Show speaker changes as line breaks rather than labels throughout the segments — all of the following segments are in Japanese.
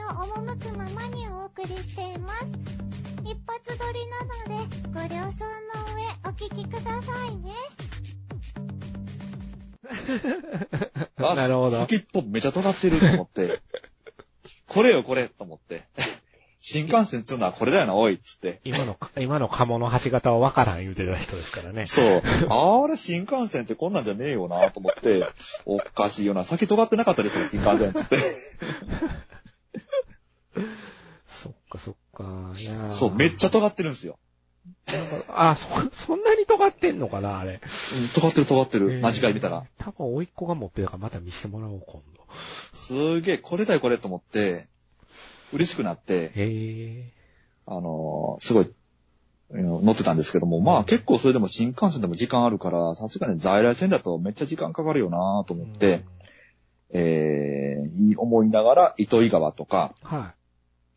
の赴くままにお送りしています。一発撮りなのでご了承の上お聞きくださいね。
なるほど。
先っぽめちゃ尖ってると思って、これよこれと思って、新幹線っていうのはこれだよな、おいっつって。
今の鴨の橋型はわからん言うてた人ですからね。
そう。あれ、新幹線ってこんなんじゃねえよなと思って、おかしいよな、先尖ってなかったですよ、新幹線っつって。
そっか。いや
そう、めっちゃ尖ってるんですよ。
そんなに尖ってんのかな、あれ。
尖ってる。間違い見たら。
多分、甥っ子が持ってたからまた見せてもらおう、今度。
すげえ、これだよ、これと思って、嬉しくなって、すごい、乗ってたんですけども、まあ結構それでも新幹線でも時間あるから、さすがに在来線だとめっちゃ時間かかるよなと思って、思いながら糸魚川とか、
はい、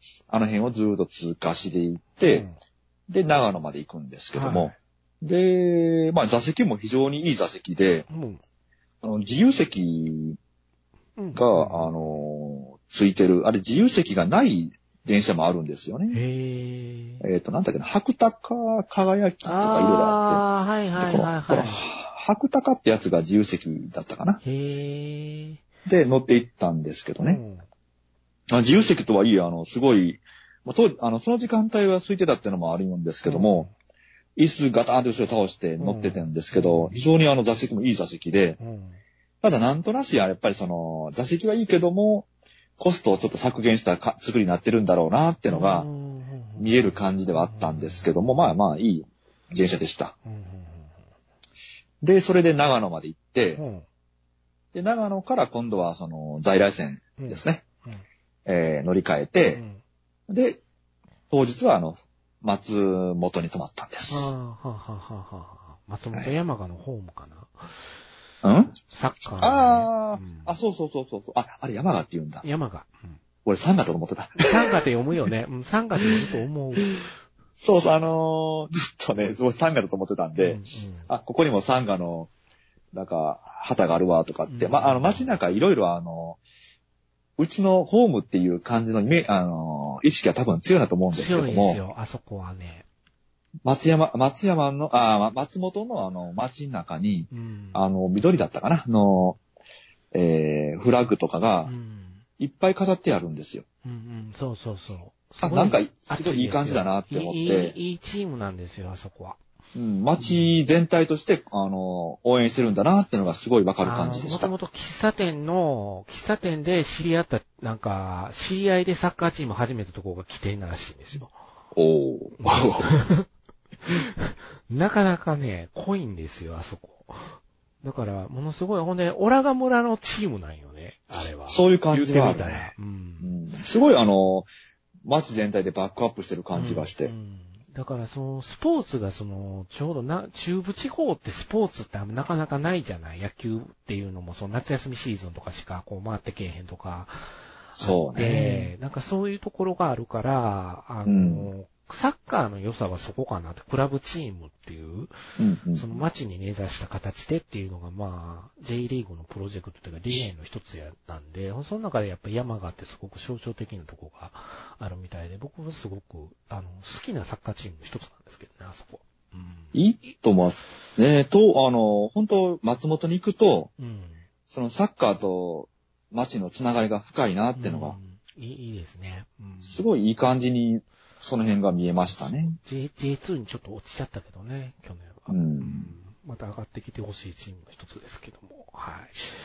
あの辺をずーっと通過していって、で、長野まで行くんですけども、で、まあ座席も非常にいい座席で、自由席が、ついてる、あれ自由席がない電車もあるんですよね。なんだっけな、白鷹輝きとかいろいろあって。この白鷹ってやつが自由席だったかな。で、乗って行ったんですけどね。自由席とはいえ、すごい、その時間帯は空いてたっていうのもあるんですけども、椅子ガタンと後ろ倒して乗ってたんですけど、非常に座席もいい座席で、ただなんとなしやっぱりその、座席はいいけども、コストをちょっと削減した作りになってるんだろうなっていうのが見える感じではあったんですけども、まあいい電車でした。で、それで長野まで行って、で、長野から今度はその在来線ですね。乗り換えて、で、当日は松本に泊まったんです。
松本山雅のホームかな。サッカー。
そう。あれ山雅って言うんだ。
山雅。
俺サンガと思ってた。
サンガって読むよね。サンガって読むと思う。
そう、ずっとね、サンガだと思ってたんで、ここにもサンガの、なんか、旗があるわとかって、街中いろいろうちのホームっていう感じの意識は多分強いなと思うんですけども。
強いですよ、あそこはね。
松本の街の中に、緑だったかなフラッグとかが、いっぱい飾ってあるんですよ。
そう。
なんか、すごいいい感じだなって思って。
いいチームなんですよ、あそこは。
街全体として、応援してるんだなっていうのがすごいわかる感じでした。
もともと喫茶店で知り合った、なんか、知り合いでサッカーチーム始めたところが起点らしいんですよ。なかなかね、濃いんですよ、あそこ。だから、ものすごい、ほんで、オラガ村のチームなんよね、あれは。
そういう感じがあるね。すごい街全体でバックアップしてる感じがして。
だからスポーツがちょうど中部地方ってスポーツってなかなかないじゃない。野球っていうのも夏休みシーズンとかしか回ってけえへんとか。
そうね。
なんかそういうところがあるから、サッカーの良さはそこかなって、クラブチームっていう、その街に根ざした形でっていうのがJ リーグのプロジェクトというか理念の一つやったんで、その中でやっぱ山があってすごく象徴的なところがあるみたいで、僕はすごく、好きなサッカーチームの一つなんですけどね、あそこ。
いいと思いますね。本当松本に行くと、そのサッカーと街のつながりが深いなってのが、
いいですね。
すごいいい感じに、その辺が見えましたね。
J2 にちょっと落ちちゃったけどね、去年は。また上がってきてほしいチームの一つですけども。はい。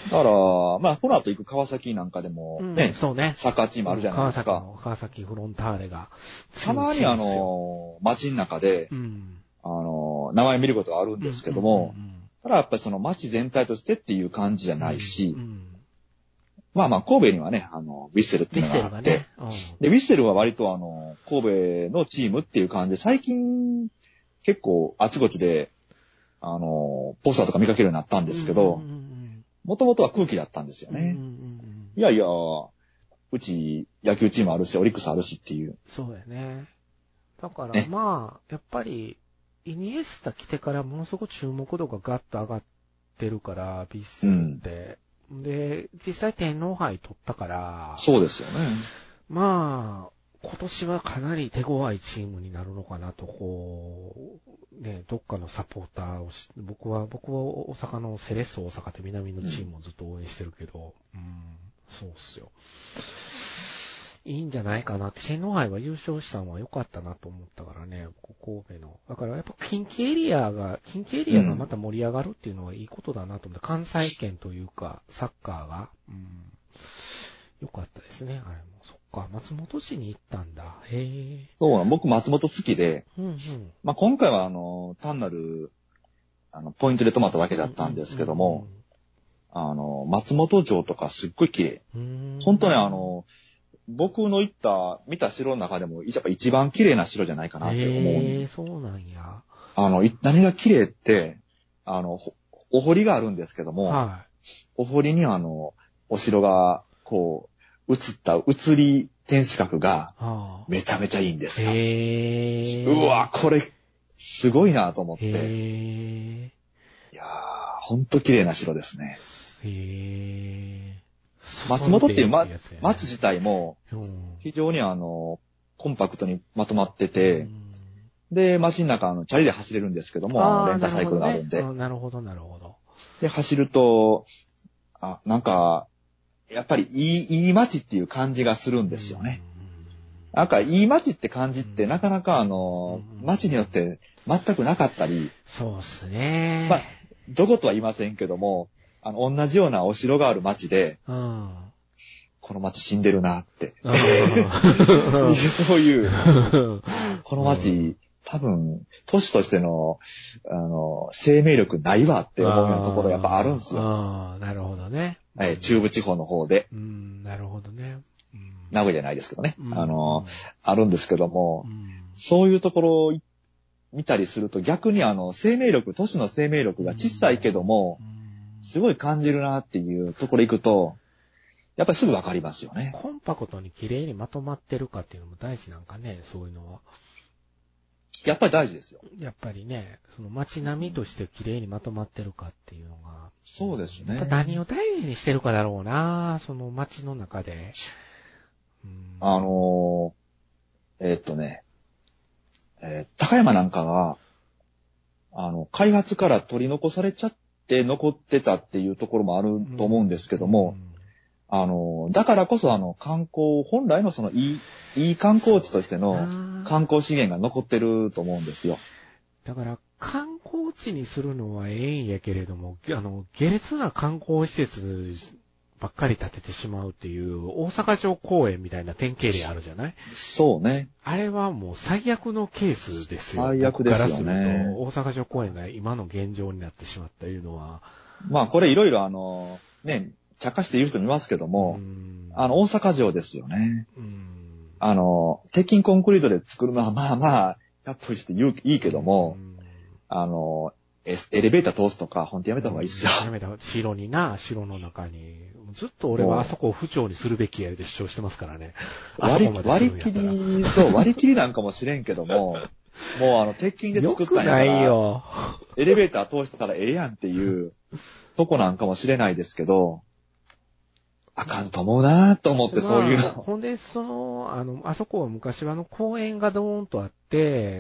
だから、この後行く川崎なんかでも、
そうね。
サッカーチームあるじゃないですか。
川崎フロンターレが。
たまに街の中で、名前見ることがあるんですけども、ただやっぱりその街全体としてっていう感じじゃないし、神戸にはね、ウィッセルっていうのがあって、で、ウィッセルは割と神戸のチームっていう感じで、最近結構あちこちで、ポスターとか見かけるようになったんですけど、もともとは空気だったんですよね。いやいや、うち野球チームあるし、オリックスあるしっていう。
そうやね。だからやっぱり、イニエスタ来てからものすごく注目度がガッと上がってるから、ヴィッセルって。で、実際天皇杯取ったから。
そうですよね。
まあ、今年はかなり手強いチームになるのかなと、ね、どっかのサポーターを僕は大阪のセレッソ大阪って南のチームをずっと応援してるけど、そうっすよ。いいんじゃないかなって、天皇杯は優勝したのは良かったなと思ったからね、神戸の。だからやっぱ近畿エリアがまた盛り上がるっていうのはいいことだなと思って、関西圏というか、サッカーが、良かったですね、あれも。そっか、松本市に行ったんだ。へえ。
そうな、僕松本好きで、まあ、今回は単なる、ポイントで泊まっただけだったんですけども、松本城とかすっごい綺麗。本当ね、僕の見た城の中でも、やっぱ一番綺麗な城じゃないかなって思う。
そうなんや。
何が綺麗って、お堀があるんですけども、はい、お堀にお城が、映った映り天守閣が、めちゃめちゃいいんですよ。うわ、これ、すごいなと思って。いやー、ほんと綺麗な城ですね。松本っていう町自体も、非常にコンパクトにまとまってて、で、街の中チャリで走れるんですけども、レンタサイクルがあるんで。
なるほど、なるほど。
で、走ると、なんか、やっぱりいい街っていう感じがするんですよね。なんかいい街って感じってなかなか街によって全くなかったり。
そうですね。
まあ、どことは言いませんけども、同じようなお城がある街で、この街死んでるなって。そういう、この街、多分、都市としての、生命力ないわって思うようなところやっぱあるんですよ。
なるほどね。
中部地方の方で。
なるほどね。
名古屋じゃないですけどね。あるんですけども、そういうところを見たりすると逆に都市の生命力が小さいけども、すごい感じるなっていうところ行くと、やっぱりすぐわかりますよね。
コンパクトに綺麗にまとまってるかっていうのも大事なんかね、そういうのは。
やっぱり大事ですよ。
やっぱりね、その街並みとして綺麗にまとまってるかっていうのが。
そうですね。
やっぱ何を大事にしてるかだろうな、その街の中で。
高山なんかが、開発から取り残されちゃって残ってたっていうところもあると思うんですけども、だからこそ本来のいい観光地としての観光資源が残ってると思うんですよ。
だから観光地にするのはええんやけれども、下劣な観光施設ばっかり建ててしまうっていう大阪城公園みたいな典型例あるじゃない？
そうね。
あれはもう最悪のケースですよ。
最悪ですよね。
僕からすると大阪城公園が今の現状になってしまったいうのは。
まあこれいろいろね、茶化して言う人もいますけども、大阪城ですよね。鉄筋コンクリートで作るのはまあまあ、やっぱりしていいけども、エレベーター通すとか、ほんとやめた方がいいっすよ。
やめた。城の中に。ずっと俺はあそこを府庁にするべきやで主張してますからね。
割り切りなんかもしれんけども、もう鉄筋で作ったんやから。
よくないよ。
エレベーター通したらええやんっていうとこなんかもしれないですけど、あかんと思うなと思って、そういうの。
ほんで、あそこは昔は公園がドーンとあって、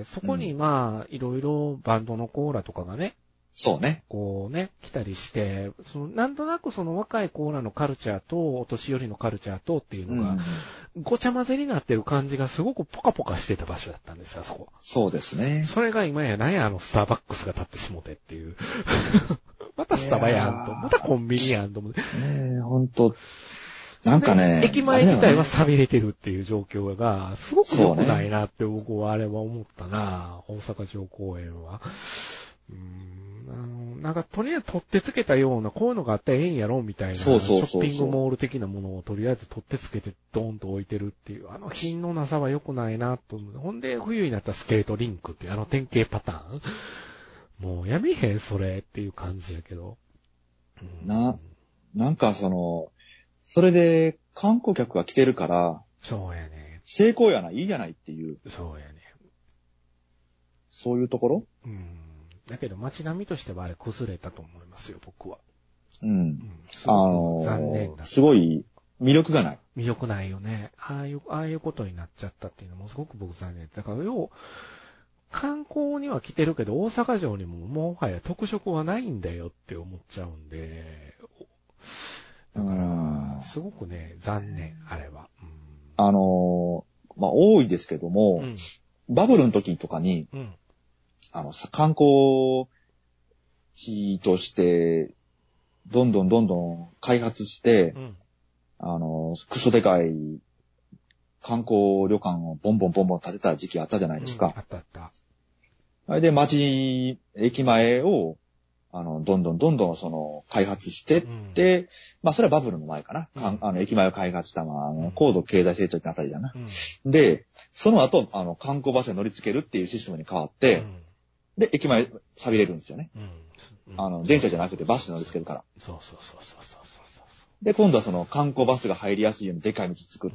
そこにいろいろバンドのコーラとかがね、
そうね。
来たりして、なんとなく若いコーラのカルチャーと、お年寄りのカルチャーとっていうのが、ごちゃ混ぜになってる感じがすごくポカポカしてた場所だったんですよ、あそこ。
そうですね。
それが今やなんやスターバックスが立ってしもてっていう。またスタバやんと、またコンビニやんと思って。
ほんと。なんかね。
駅前自体は錆びれてるっていう状況が、すごく良くないなって僕はあれは思ったな、大阪城公園は。なんかとりあえず取ってつけたような、こういうのがあったらええんやろみたいな、ショッピングモール的なものをとりあえず取ってつけてドーンと置いてるっていう、品のなさは良くないなと。ほんで冬になったスケートリンクっていう典型パターン。もうやめへんそれっていう感じやけど。
なんかそれで観光客が来てるから、
そうやね。
成功やな、いいじゃないっていう。
そうやね。
そういうところ？
だけど街並みとしてはあれ崩れたと思いますよ、僕は。
すごく残念だ。すごい魅力がない。
魅力ないよね。ああいうことになっちゃったっていうのもすごく僕残念。だから観光には来てるけど、大阪城にももはや特色はないんだよって思っちゃうんで、だから、すごくね、残念、あれは。
多いですけども、バブルの時とかに、観光地として、どんどん開発して、クソでかい観光旅館をボンボン建てた時期あったじゃないですか。
あった。
あれで駅前を、どんどんその、開発してって、それはバブルの前かな。駅前を開発した高度経済成長ってあたりだな。で、その後、観光バスに乗り付けるっていうシステムに変わって、で、駅前錆びれるんですよね。電車じゃなくてバスに乗り付けるから。
そう。
で、今度はその観光バスが入りやすいようにでかい道作って、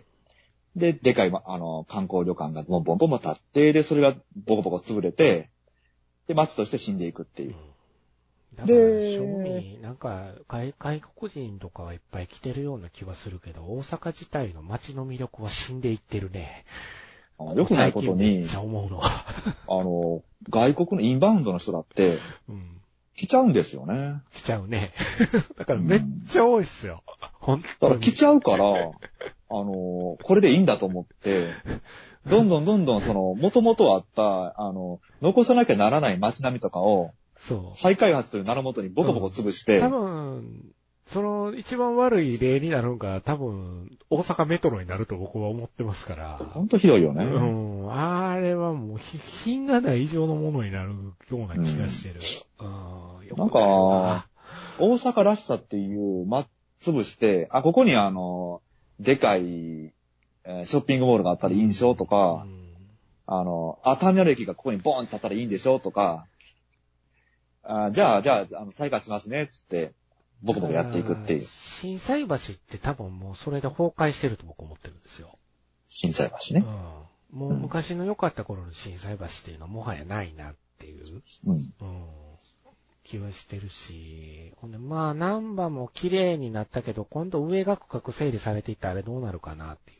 で、でかい、観光旅館がボンボン立って、で、それがボコボコ潰れて、で、街として死んでいくっていう。
だから、正味、なんか、外国人とかはいっぱい来てるような気はするけど、大阪自体の街の魅力は死んでいってるね。
よくないことに、
めっちゃ思うのは。
外国のインバウンドの人だって、来ちゃうんですよね。
来ちゃうね。だからめっちゃ多いっすよ。本当に。
だから来ちゃうから、これでいいんだと思って、どんどんその、元々あった、残さなきゃならない街並みとかを、再開発という名のもとにボコボコ潰して、
多分、その一番悪い例になるのが多分、大阪メトロになると僕は思ってますから。
ほんとひどいよね。
あれはもう品がない以上のものになるような気がしてる。
なんか、大阪らしさっていう、潰して、ここにでかい、ショッピングモールがあったらいいんでしょとか、ターミナル駅がここにボーンって立ったらいいんでしょとか、じゃあ、再開しますね、つって、ボコボコやっていくっていう。
心斎橋って多分もうそれで崩壊してると僕思ってるんですよ。
心斎橋ね。
もう昔の良かった頃の心斎橋っていうのはもはやないなっていう、気はしてるし、ほんで難波も綺麗になったけど、今度上が区画整理されていったらあれどうなるかなっていう。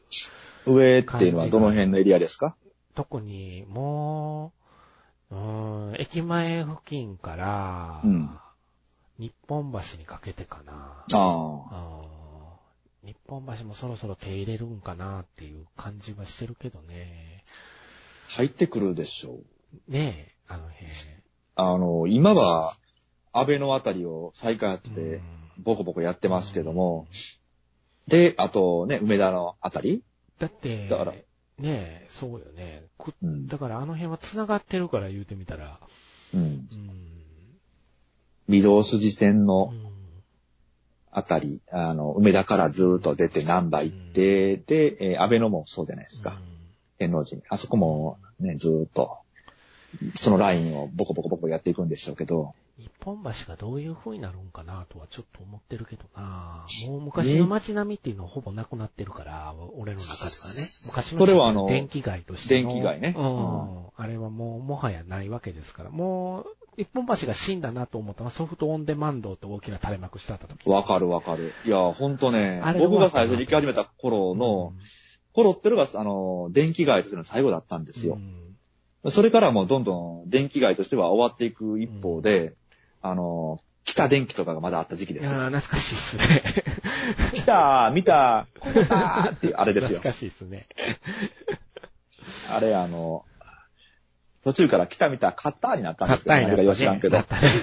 上っていうのはどの辺のエリアですか？
特にもう、駅前付近から、日本橋にかけてかな。日本橋もそろそろ手入れるんかなっていう感じはしてるけどね。
入ってくるでしょ
う。ねえ、あの辺。
今は、安倍のあたりを再開発でボコボコやってますけども、で、あとね、梅田のあたり
だって、だからねえ、そうよね。だからあの辺は繋がってるから言うてみたら。
御堂筋線のあたり、梅田からずーっと出て難波行って、で、安倍のもそうじゃないですか。天王寺。あそこもね、ずーっと、そのラインをボコボコやっていくんでしょうけど。
日本橋がどういう風になるんかなとはちょっと思ってるけどな。もう昔の街並みっていうのはほぼなくなってるから、俺の中ではね。昔の電気街としての。
電気街ね。
あれはもうもはやないわけですから。もう、日本橋が死んだなと思ったのはソフトオンデマンドって大きな垂れ幕してあった時。
わかる。いや、ほんとね、僕が最初に行き始めた頃ってのが、電気街としての最後だったんですよ。それからもうどんどん電気街としては終わっていく一方で、北電気とかがまだあった時期ですよ。
懐かしいっすね。
来た見たここだっていう、あれですよ。
懐かしいっすね。
あれ、途中から来た見たカッターになったんですけど、何かよ知らんけど。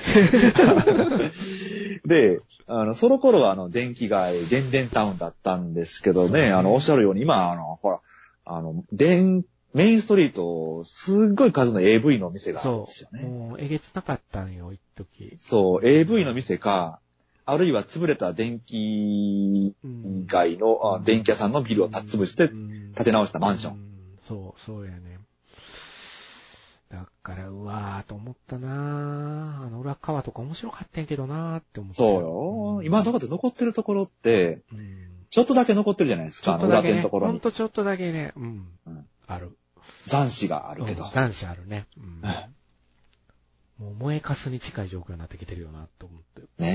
で、その頃は電電タウンだったんですけどね、おっしゃるように今、ほら、メインストリート、すっごい数の AV の店があるんですよね。
もう、えげつなかったんよ、一時。
そう、AV の店か、あるいは潰れた電気街の、電気屋さんのビルを潰して建て直したマンション。
そうやね。だから、うわーと思ったな裏側とか面白かったんやけどなーって思った。
そうよ。今どこで残ってるところって、ちょっとだけ残ってるじゃないですか、
裏手のところに。ほんとちょっとだけね、ある。
残滓があるけど。
残滓あるね。もう燃えかすに近い状況になってきてるよな、と思って。
ね。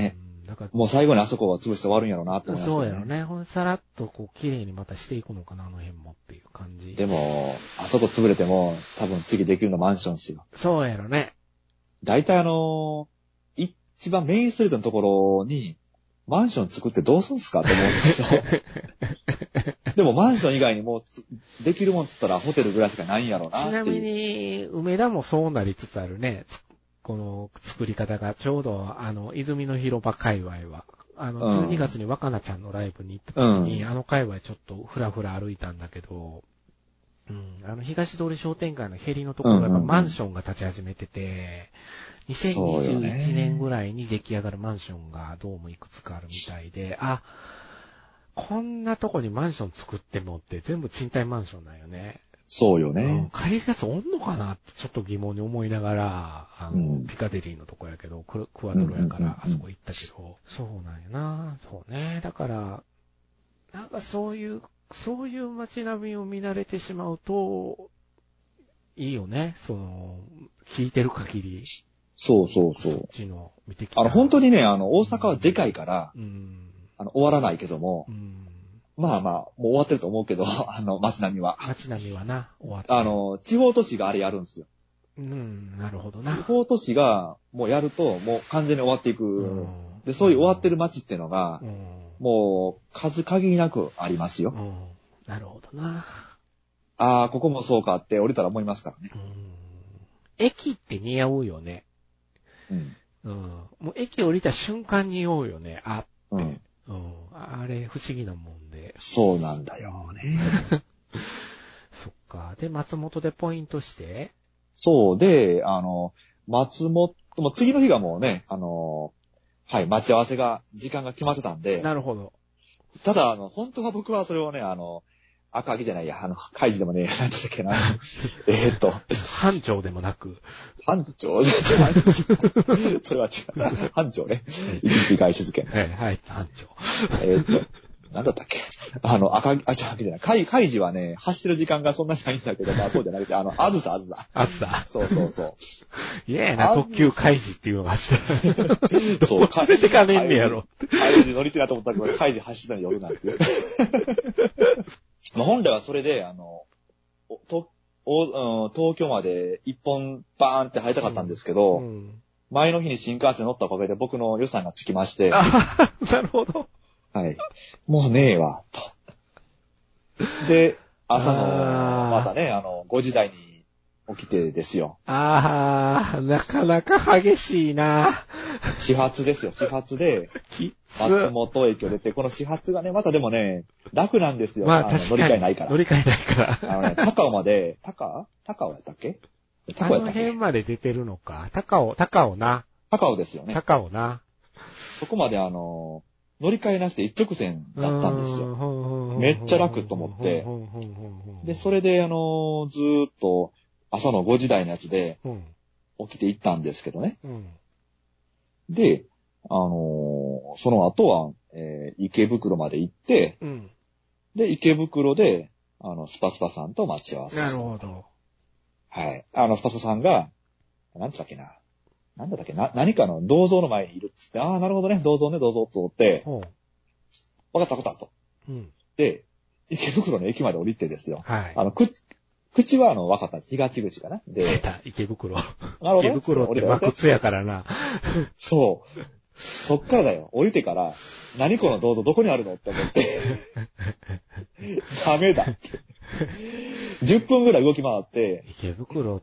だから
もう最後にあそこは潰して終わるんやろうなって思います、ね。
そうやろね。ほんさらっとこう、綺麗にまたしていくのかな、あの辺もっていう感じ。
でも、あそこ潰れても、多分次できるのマンションですよ。
そうやろね。
大体一番メインストリートのところに、マンション作ってどうすんすかって思うんですけど。でもマンション以外にもできるもんって言ったらホテルぐらいしかないんやろうなっていう。
ちなみに、梅田もそうなりつつあるね。この作り方がちょうど、泉の広場界隈は、12月に若菜ちゃんのライブに行った時に、界隈ちょっとふらふら歩いたんだけど、東通り商店街のヘリのところがやっぱマンションが立ち始めてて、2021年ぐらいに出来上がるマンションがどうもいくつかあるみたいで、こんなとこにマンション作ってもって全部賃貸マンションなんよね。
そうよね。
借りるやつおんのかなってちょっと疑問に思いながら、ピカデリーのとこやけど、クワトロやからあそこ行ったけど、そうなんやな。そうね。だから、なんかそういう街並みを見慣れてしまうと、いいよね。聞いてる限り。
そう。そっ
ちの見てきた。
本当にね、大阪はでかいから、終わらないけども、まあまあ、もう終わってると思うけど、街並みは。
街並みはな、終わってる。
地方都市があれやるんですよ。
なるほどな。
地方都市がもうやると、もう完全に終わっていく。で、そういう終わってる街っていうのが、もう数限りなくありますよ。
なるほどな。
ここもそうかって降りたら思いますからね。
駅って似合うよね。もう駅降りた瞬間に酔うよね、って。あれ、不思議なもんで。
そうなんだよね。
そっか。で、松本でポイントして？
そうで、松本、もう次の日がもうね、待ち合わせが、時間が決まってたんで。
なるほど。
ただ、本当は僕はそれをね、赤木じゃないや、開示でもね、なんだっけな。
班長でもなく。
班長それは違う。班長ね。一日外出券。
はい、班長。
なんだったっけ赤木じゃない。開示はね、走ってる時間がそんなにないんだけど、まあそうじゃなくて、あずさ。そう。
嫌やな、特急開示っていうのが走ってる。そう、連れてかねんねやろ。
開示乗りてなと思ったけど、開示走ってたの夜なんですよ。まあ本来はそれで、東京まで一本バーンって入りたかったんですけど、前の日に新幹線乗ったおかげで僕の予算がつきまして。
なるほど。
はい。もうねえわ、と。で、朝の、またね、5時台に起きてですよ。
なかなか激しいな。
始発ですよ、始発で。松本駅を出て、この始発がね、またでもね、楽なんですよ。
まあ確かに。
乗り換えないから。
乗り換えないから。
高尾まで、高尾やったっけ？
あの辺まで出てるのか。高尾な。
高尾ですよね。
高尾な。
そこまで乗り換えなしで一直線だったんですよ。めっちゃ楽と思って。で、それでずーっと朝の5時台のやつで起きて行ったんですけどね。で、その後は、池袋まで行って、で、池袋で、スパスパさんと待ち合わせ。
なるほど。
はい。スパスパさんが、なんだっけな。何かの銅像の前にいるっつって、なるほどね、銅像と思って、わかったと。で、池袋の駅まで降りてですよ。
はい。
口はわかったんです。東口かな。で、
出た、池袋。
なるほど。
池袋って真靴やからな。
そう。そっからだよ。降りてから、何この銅像どこにあるのって思って。ダメだって。10分ぐらい動き回って。
池袋って、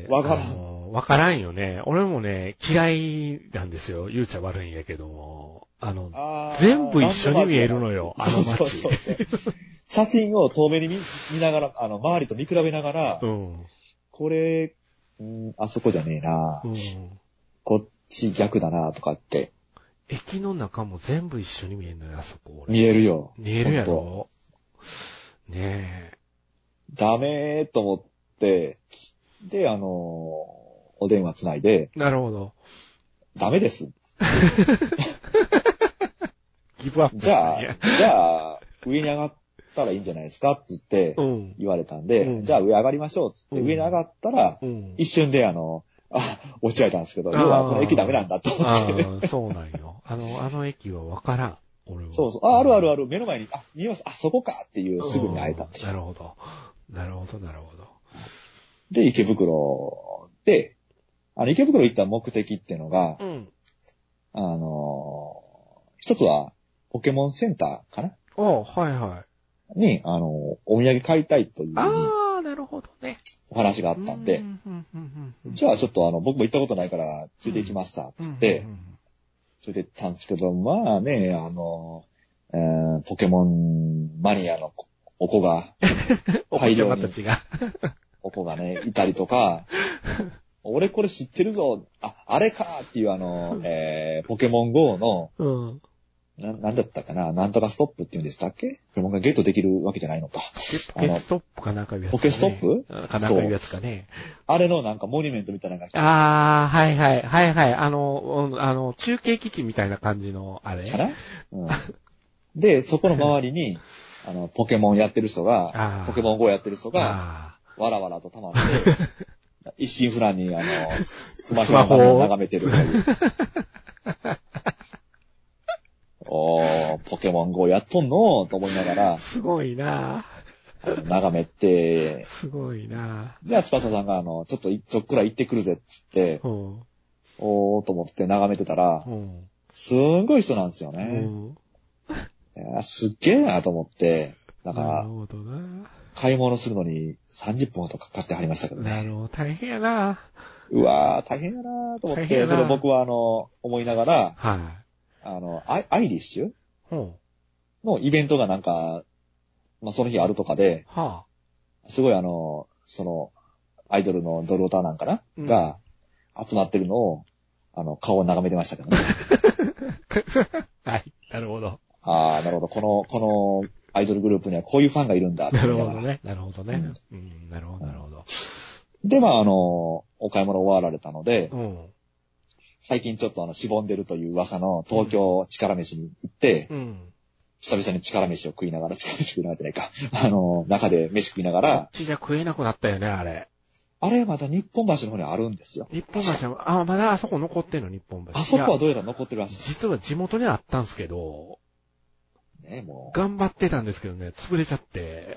わ
からんよね。俺もね、嫌いなんですよ。言うちゃ悪いんやけども。全部一緒に見えるのよ、あの街。
そう。写真を遠目に見ながら、周りと見比べながら、これ、あそこじゃねえな、こっち逆だなとかって。
駅の中も全部一緒に見えるのよ、あそこ。
見えるよ。
見えるやろ。ねえ。
ダメーと思って、で、お電話つないで。
なるほど。
ダメです。
ギブアップ。
じゃあ、上に上がったらいいんじゃないですかって言って言われたんで、じゃあ上上がりましょうって言って、上に上がったら、一瞬で落ちられたんですけど、要はこの駅ダメなんだと思って。
そうなんよ。 あの駅はわからん。俺は。
そうそう。あるあるある。目の前に、見えます。そこかっていう、すぐに会えたっていう。
なるほど。なるほど、なるほど。
で、池袋で、池袋行った目的っていうのが、一つは、ポケモンセンターかな？
はいはい。
に、お土産買いたいという。
なるほどね。
お話があったんで、じゃあちょっと僕も行ったことないから、ついて行きますさ、つって、ついて行ったんですけど、まあね、ポケモンマニアのお子が、大量に、お子がね、いたりとか、俺これ知ってるぞ、あれかっていうポケモン GO の、なんだったかな、なんとかストップっていうんでしたっけ？ポケモンがゲットできるわけじゃないのか。
ポケストップかなんかいうやつかね。
ポケストップ
かなんかいうやつかね。
あれのなんかモニュメントみたいなのが来て。
はいはい、はいはい。中継基地みたいな感じの、あれ
かな？で、そこの周りに、ポケモンやってる人が、ポケモン GO やってる人が、わらわらと溜まって、一心不乱に、スマホを眺めてるという。ポケモン GO やっとんのと思いながら。
すごいな
眺めて。
すごいな
じゃあ、スパトさんが、ちょっくら行ってくるぜっつって、と思って眺めてたら、すんごい人なんですよね。すっげえなと思って、なんか、買い物するのに30分ほどかかってはりましたけどね。
なるほど、大変やな
うわー、大変やなと思って、それ僕は思いながら、アイリッシュのイベントがなんか、その日あるとかで、すごいその、アイドルのドルオタなんかな、が集まってるのを、顔を眺めてましたけどね。
はい、なるほど。
なるほど。このアイドルグループにはこういうファンがいるんだ。
なるほどね。なるほどね。なるほど、なるほど。
で、お買い物終わられたので、最近ちょっとしぼんでるという噂の東京力飯に行って、久々に力飯を食いながら、力飯食いながらじゃないか。中で飯食いながら。
こっちじゃ食えなくなったよね、あれ。
あれまた日本橋の方にあるんですよ。
日本橋は、まだあそこ残ってんの、日本橋。
あそこはどうやら残ってるらしい。
実は地元にあったんすけど、
ね、も
う。頑張ってたんですけどね、潰れちゃって。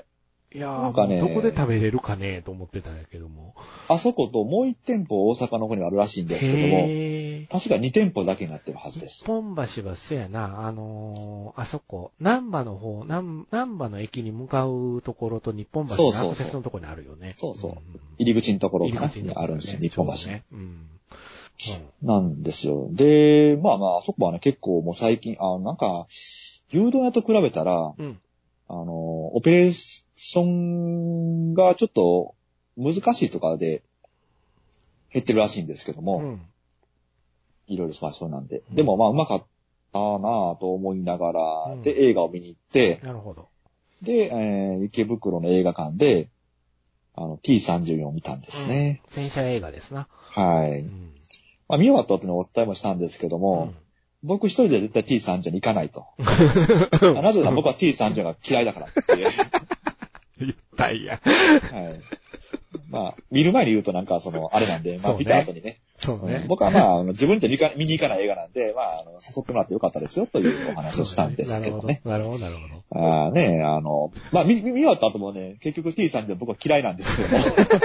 いやー、なんかね、どこで食べれるかねと思ってたんやけども。
あそこともう1店舗大阪の方にあるらしいんですけども、確か2店舗だけになってるはずです。
日本橋はそうやな、あそこ、難波の駅に向かうところと日本橋のアクセスのところにあるよね。
そうそう。入り口のところかなにあるんですよ、日本橋ね。なんですよ。で、あそこはね、結構もう最近、なんか、牛丼屋と比べたら、オペレーションがちょっと難しいとかで減ってるらしいんですけども、いろいろそうなんで。でもうまかったなぁと思いながら、で、映画を見に行って、
なるほど。
で、池袋の映画館で、T34 を見たんですね。
戦車映画ですな。
はい。見終わったっていうのをお伝えもしたんですけども、僕一人で絶対 T34 に行かないと。なぜなら僕は T34 が嫌いだからって。
言ったんや。
はい。見る前に言うとなんかあれなんで、見た後にね。
そうね。
僕は自分じゃ見に行かない映画なんで、誘ってもらってよかったですよというお話をしたんですけどね。
なるほど、なるほど。
見終わった後もね、結局 T34 僕は嫌いなんですけど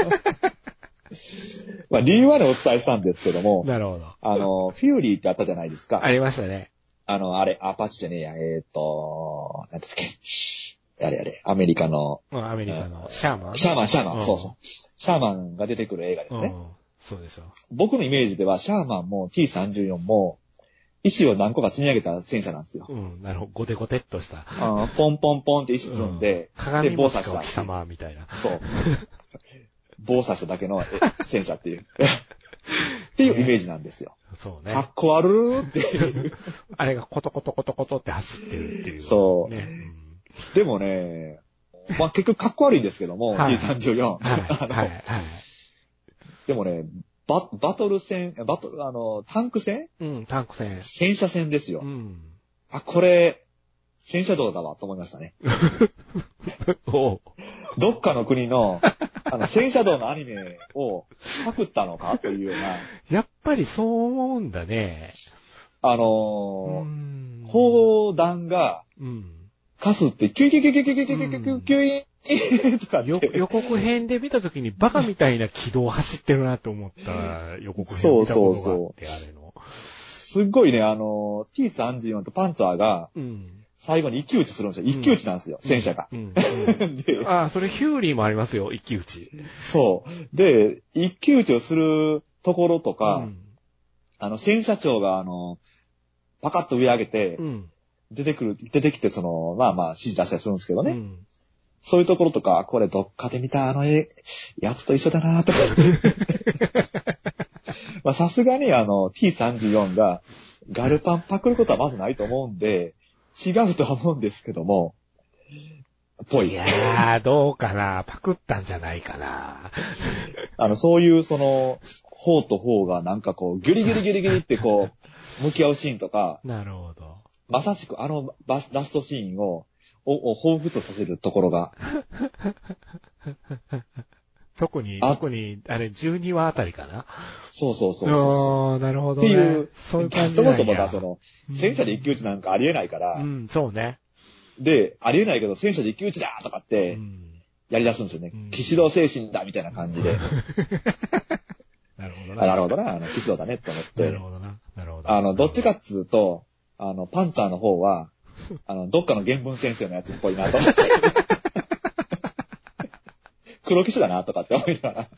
も。理由はね、お伝えしたんですけども。
なるほど。
フューリーってあったじゃないですか。
ありましたね。
アパッチじゃねえや、なんだっけ。あれ、アメリカの。
シャーマン。
そうそう。シャーマンが出てくる映画ですね。
そうですよ。
僕のイメージでは、シャーマンも T34 も、石を何個か積み上げた戦車なんですよ。
なるほど。ゴテゴテっとした。
ポンポンポンって石積んで、
で、棒刺した。貴様みたいな。
そう。棒刺しただけの戦車っていう。っていうイメージなんですよ。
そうね。
かっこ悪ーっていう。
あれがコトコトコトコトって走ってるっていう。
そう。でもね、結局かっこ悪いんですけども、T34。でもね、バトル戦、タンク戦？
タンク戦。
戦車戦ですよ。これ、戦車道だわと思いましたね。どっかの国の、戦車道のアニメをパクったのかというような。
やっぱりそう思うんだね。
砲弾が、カスって、キュイキュイキュイキュイキュイキュイキュイキュイキュイとかって。
予告編で見たときにバカみたいな軌道走ってるなと思った予告編を見たことがあって、あれの。
すっごいね、T34 とパンツァーが、最後に一騎打ちするんですよ。一騎打ちなんですよ、戦車が。
それヒューリーもありますよ、一騎打ち。
そう。で、一騎打ちをするところとか、戦車長がパカッと上上げて、出てきて、まあまあ指示出したりするんですけどね。そういうところとか、これどっかで見たやつと一緒だなとか。まあさすがにT34 がガルパンパクることはまずないと思うんで、違うとは思うんですけども、ぽい。
いやー、どうかな。パクったんじゃないかな。
そういう砲と砲がなんかこう、ギュリギュリギュリギュリってこう、向き合うシーンとか、
なるほど。
まさしくラストシーンを彷彿とさせるところが。
特に、あれ、12話あたりかな。
そう。
なるほどね。
っていう、
そういう感じなんや。
そもそもが戦車で一騎打ちなんかありえないから。
そうね。
で、ありえないけど、戦車で一騎打ちだとかって、やり出すんですよね。騎士道精神だみたいな感じで。
なるほどな。
なるほどな、騎士道だねって思って。
なるほどな。
どっちかっつうと、パンツァーの方は、どっかの原文先生のやつっぽいなと思って。黒騎士だなとかって思いながら。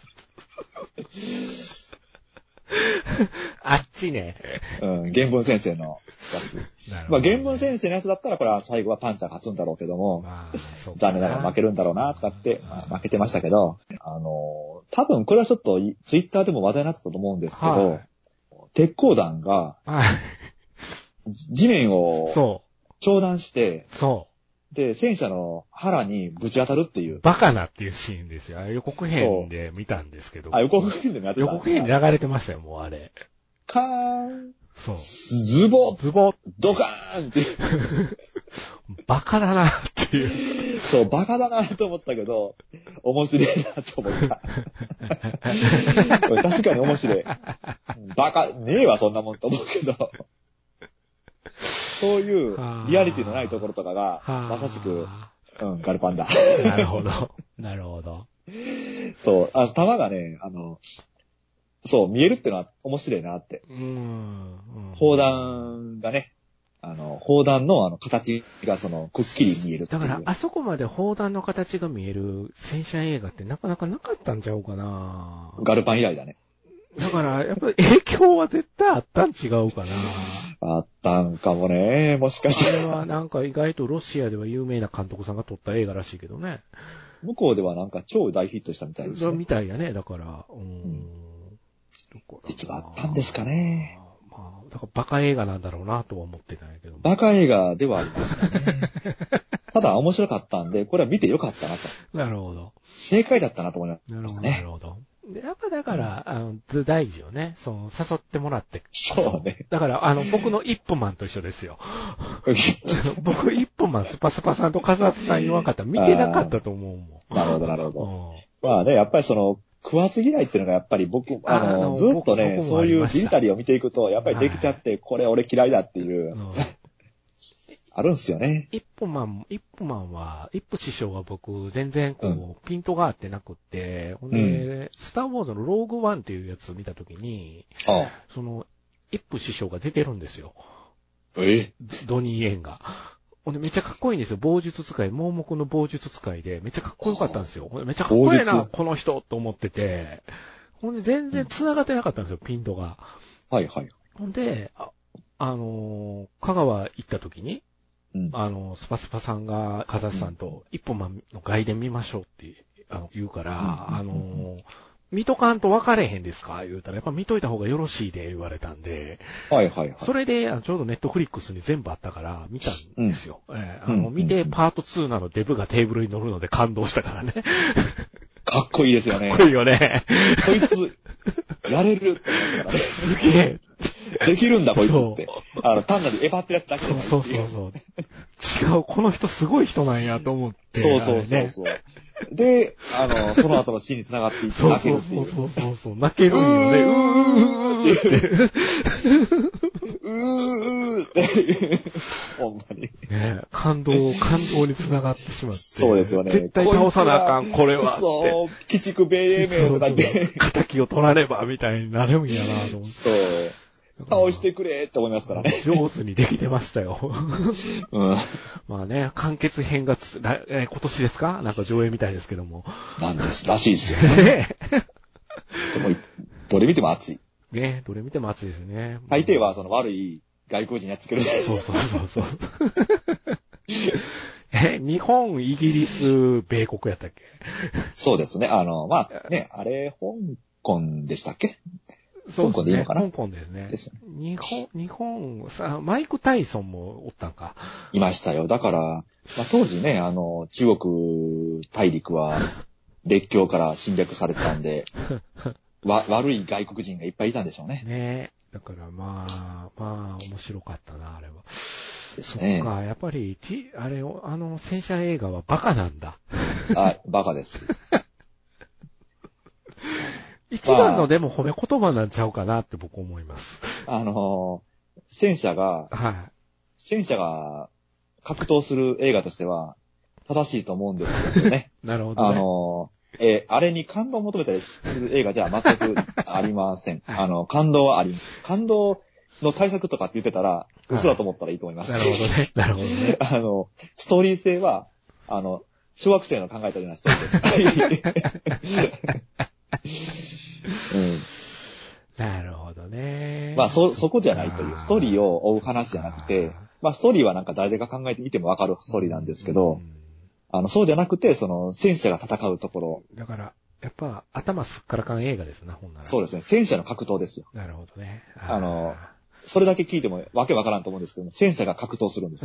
あっちね。
原文先生のやつ。まあ原文先生のやつだったらこれは最後はパンツァー勝つんだろうけども、残念ながら負けるんだろうなとかって、負けてましたけど、多分これはちょっとツイッターでも話題になったと思うんですけど、鉄鋼弾が、地面を長弾して、で、戦車の腹にぶち当たるっていう。
バカなっていうシーンですよ。予告編で見たんですけど。
予告編でもやってた。
予告編に流れてましたよ、もうあれ。
カーン。
そう。
ズボドカーンっていう。
バカだなっていう。
そう、バカだなと思ったけど、面白いなと思った。確かに面白い。バカ、ねえわ、そんなもんと思うけど。そういうリアリティのないところとかが、まさしく、ガルパンだ。
なるほど。なるほど。
そう、弾がね、そう、見えるってのは面白いなって。砲弾がね、砲弾の形がくっきり見えるっていう。
だから、あそこまで砲弾の形が見える戦車映画ってなかなかなかったんちゃうかな。
ガルパン以来だね。
だから、やっぱり影響は絶対あったん違うかな。
あったんかもね、もしかしたら。
あれはなんか意外とロシアでは有名な監督さんが撮った映画らしいけどね。
向こうではなんか超大ヒットしたみたいですね。
みたいやね、だから。
実はあったんですかね。
まあ、だからバカ映画なんだろうなとは思ってたんやけど。
バカ映画ではありましたね。ただ面白かったんで、これは見てよかったなと。
なるほど。
正解だったなと思いましたね。
なるほど。やっぱだから、大事よね。誘ってもらって。
そうね。
だから、僕の一歩マンと一緒ですよ。僕一歩マン、スパスパさんとカズアツさん言わんかったら見てなかったと思うもん。
なるほど、なるほど。まあね、やっぱり食わず嫌いっていうのがやっぱり僕、ずっとね、そういうミリタリーを見ていくと、やっぱりできちゃって、これ俺嫌いだっていう。あるんすよね。
一歩マンは、一歩師匠は僕、全然ピントが合ってなくって、ほんで、スターウォーズのローグワンっていうやつを見たときに、一歩師匠が出てるんですよ。ドニー・エンが。ほんで、めっちゃかっこいいんですよ。盲術使い、盲目の盲術使いで、めっちゃかっこよかったんですよ。めっちゃかっこいいな、この人と思ってて、ほんで、全然繋がってなかったんですよ、ピントが。
はいはい。
ほんで、香川行ったときに、スパスパさんが、カザスさんと、一歩マンの外伝見ましょうって言うから、見とかんと分かれへんですか言うたら、やっぱ見といた方がよろしいで言われたんで、
はいはいはい。
それで、ちょうどネットフリックスに全部あったから見たんですよ。見て、パート2なのデブがテーブルに乗るので感動したからね。
かっこいいですよね。
かっこいいよね。
こいつ、やれるって思ったからね。
すげえ。
できるんだ、こいつって。単なるエヴァってやつだけじゃない。
そう。違う、この人すごい人なんやと思って。
そう。で、その後のシーンに繋がっていって泣けるっていう。
そう。泣けるんよね。
うって、ほんまに。
ね、感動に繋がってしまって。
そうですよね。
絶対倒さなあかん、これは。
そう、鬼畜米英名とかで。
仇を取らねば、みたいになるんやなと思って。
そう。倒してくれって思いますからね。
上手にできてましたよ。
うん、
まあね、完結編が今年ですか？なんか上映みたいですけども。
なんですらしいですよね。でも、どれ見ても熱い。
ね、どれ見ても熱いですね。
大抵はその悪い外国人やっつける。
そう。日本、イギリス、米国やったっけ？
そうですね。まあ、ね、あれ、香港でしたっけ？
そうですね。
香港でいいのかな？
香港ですね。日本、さ、マイク・タイソンもおったんか。
いましたよ。だから、まあ、当時ね、中国大陸は、列強から侵略されてたんで、悪い外国人がいっぱいいたんでしょうね。
ねえ。だからまあ、面白かったな、あれは。
ですね。
そっか、やっぱり、戦車映画はバカなんだ。
バカです。
一番のでも褒め言葉なんちゃうかなって僕思います。
戦車が格闘する映画としては正しいと思うんですよね。
なるほど
ね。あれに感動を求めたりする映画じゃ全くありません。感動はあります。感動の対策とかって言ってたら、嘘だと思ったらいいと思います。
なるほどね。なるほどね。
ストーリー性は、小学生の考えたようなストーリーです。
なるほどね。
まあ、そこじゃないという、ストーリーを追う話じゃなくて、まあ、ストーリーはなんか誰が考えてみてもわかるストーリーなんですけど、そうじゃなくて、戦車が戦うところ。
だから、やっぱ、頭すっからかん映画ですな、ほんなら。
そうですね。戦車の格闘ですよ。
なるほどね。
それだけ聞いてもわけわからんと思うんですけども、戦車が格闘するんです。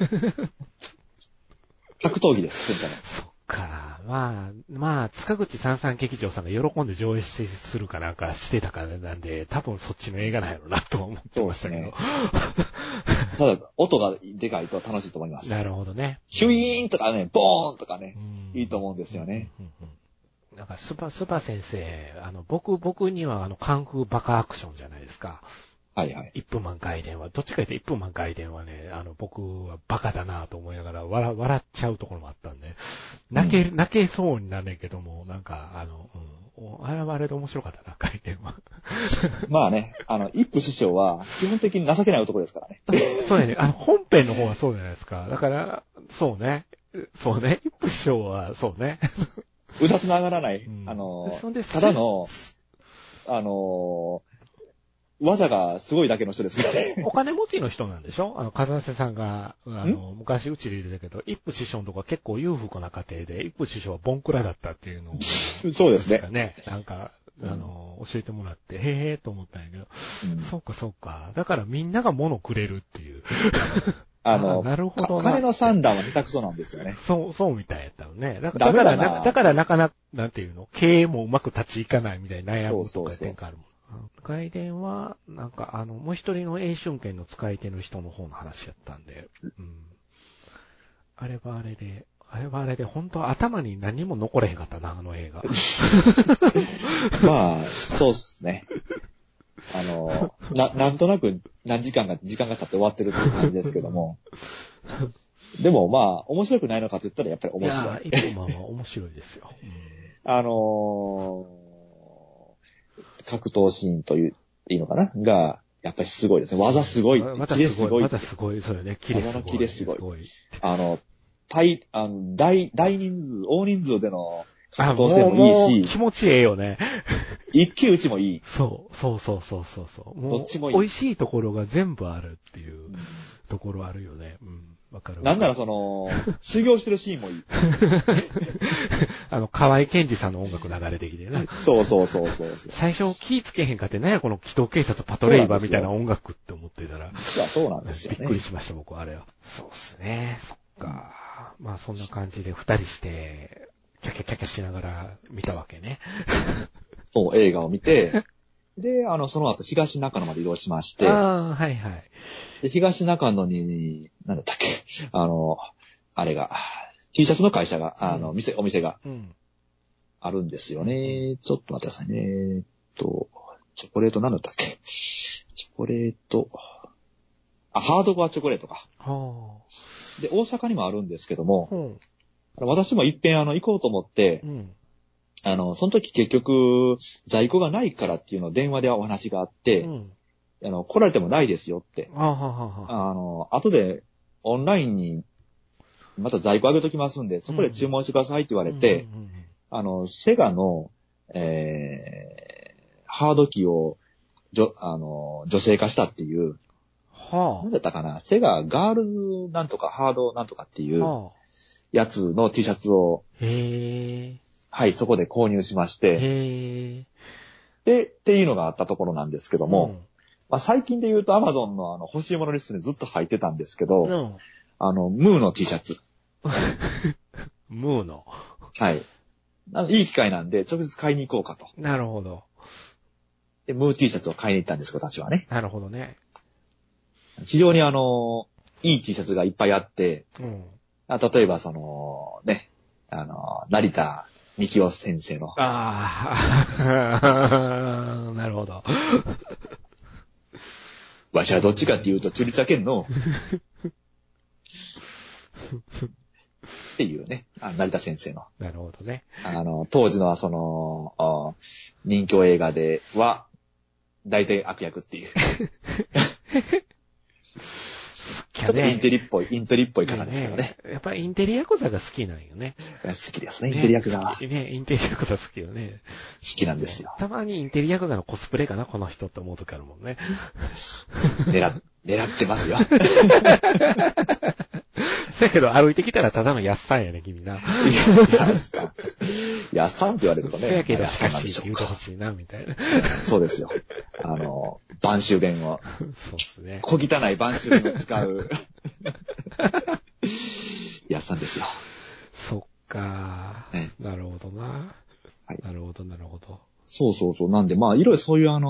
格闘技です、戦車の。
そっか。まあ、塚口三三劇場さんが喜んで上映するかなんかしてたからなんで、多分そっちの映画なんやろうなと思ってましたけど。ね、
ただ、音がでかいと楽しいと思います。
なるほどね。
ヒュイーンとかね、ボーンとかね、いいと思うんですよね。
なんか、スパ先生、僕にはカンフーバカアクションじゃないですか。
はいはい。
一分満外伝は、どっちか言って一分満外伝はね、僕はバカだなと思いながら笑っちゃうところもあったんで、泣けそうになんねんけども、なんか、あれはあれで面白かったな、外伝は。
まあね、一夫師匠は基本的に情けない男ですからね。
そうやね、本編の方はそうじゃないですか。だから、そうね、一夫師匠は、そうね。
うだつながらない、ただの、技がすごいだけの人ですからね。
お金持ちの人なんでしょ？風瀬さんが、昔うちで言ってたけど、一夫師匠のとこは結構裕福な家庭で、一夫師匠はボンクラだったっていうのを。
そうですね。
なんか、教えてもらって、へーと思ったんやけど、そうか。だからみんなが物くれるっていう。なるほどな。
金の算段は下手くそなんですよね。
そうみたいやったのね。だからなかなか、なんていうの、経営もうまく立ちいかないみたいな悩むとか点があるもん。外伝は、なんかもう一人の英春剣の使い手の人の方の話やったんで、あれはあれで、本当頭に何も残れへんかったな、あの映画。
まあ、そうっすね。なんとなく時間が経って終わってるっていう感じですけども。でもまあ、面白くないのかって言ったらやっぱり面白い。
いや、一本は面白いですよ。
格闘シーンという、いいのかなが、やっぱりすごいですね。技すごい。
またすごい。またすごい。そうよね。
技のキレすごい。大人数、大人数での格闘戦もいいし。
気持ちええよね。
一騎打ちもいい。
そう。
どっちもいい。
美味しいところが全部あるっていうところあるよね。わかる。
なんなら修行してるシーンもいい。
河合健二さんの音楽流れてきてね。
そう。
最初気ぃつけへんかってね、この機動警察パトレイバーみたいな音楽って思ってたら。
そうなんですよね。
びっくりしました、僕あれは。そうっすね。そっか。まあそんな感じで二人して、キャキャしながら見たわけね。
そう、映画を見て、で、その後東中野まで移動しまして。
はい。
で、東中野に、なんだったっけ、あれが、T シャツの会社が、お店が、あるんですよね。ちょっと待ってくださいね。チョコレートなんだったっけ？チョコレート、 ハードコアチョコレートか。で、大阪にもあるんですけども、私もいっぺん行こうと思って、その時結局、在庫がないからっていうのを電話でお話があって、来られてもないですよって。後でオンラインにまた在庫あげときますんで、そこで注文してくださいって言われて、セガの、ハード機を女性化したっていう、何だったかな、セガガールなんとかハードなんとかっていうやつの T シャツを、はい、そこで購入しまして、で、っていうのがあったところなんですけども、まあ、最近で言うと Amazon の欲しいものリストにずっと入ってたんですけど、ムーの T シャツ。
ムーの。
はい。いい機会なんで、直接買いに行こうかと。
なるほど。
で、ムー T シャツを買いに行ったんです、私はね。
なるほどね。
非常にいい T シャツがいっぱいあって、例えばね、成田幹夫先生の。
なるほど。
わしはどっちかっていうと、中立はけんの。っていうね、成田先生の。
なるほどね。
当時の人気映画では、大体悪役っていう。ちょっとインテリっぽい方ですけどね。
やっぱりインテリヤクザが好きなんよね。
好きですね、インテリヤクザは。
ね、インテリヤクザ好きよね。
好きなんですよ。
たまにインテリヤクザのコスプレかな、この人って思う時あるもんね。
狙ってますよ。
そやけど歩いてきたらただのやっさんやね、君な。
やっさんって言われるとね。
そやけどしかしって言うてほしいな、みたいな。
そうですよ。晩秋弁を。
そうですね。
小汚い晩秋弁を使う。やっさんですよ。
そっか、ね。なるほどな。はい。なるほど。
そう。なんで、まあ、いろいろそういう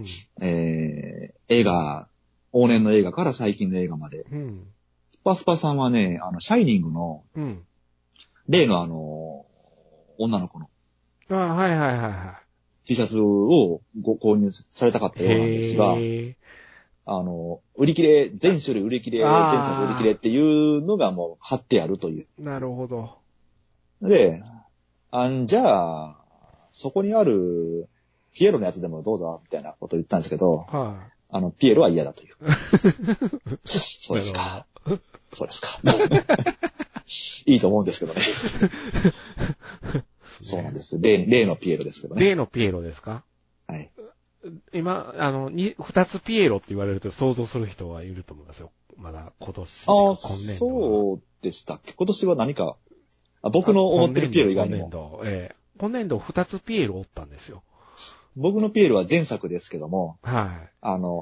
映画、往年の映画から最近の映画まで。スパスパさんはね、シャイニングの、例の女の子の、
はい。
T シャツをご購入されたかったようなんですが、売り切れ、全種類売り切れ、全作売り切れっていうのがもう貼ってあるという。
なるほど。
で、じゃあ、そこにある、ピエロのやつでもどうぞ、みたいなことを言ったんですけど、ピエロは嫌だという。そうですか。そうですか。いいと思うんですけどね。そうなんです。例のピエロですけどね。
例のピエロですか？はい。今、二つピエロって言われると想像する人はいると思いますよ。まだ今年。今年度。
そうでしたっけ？今年は何か、僕の思ってるピエロ以外にも。
今年度二つピエロおったんですよ。
僕のピエロは前作ですけども、
はい。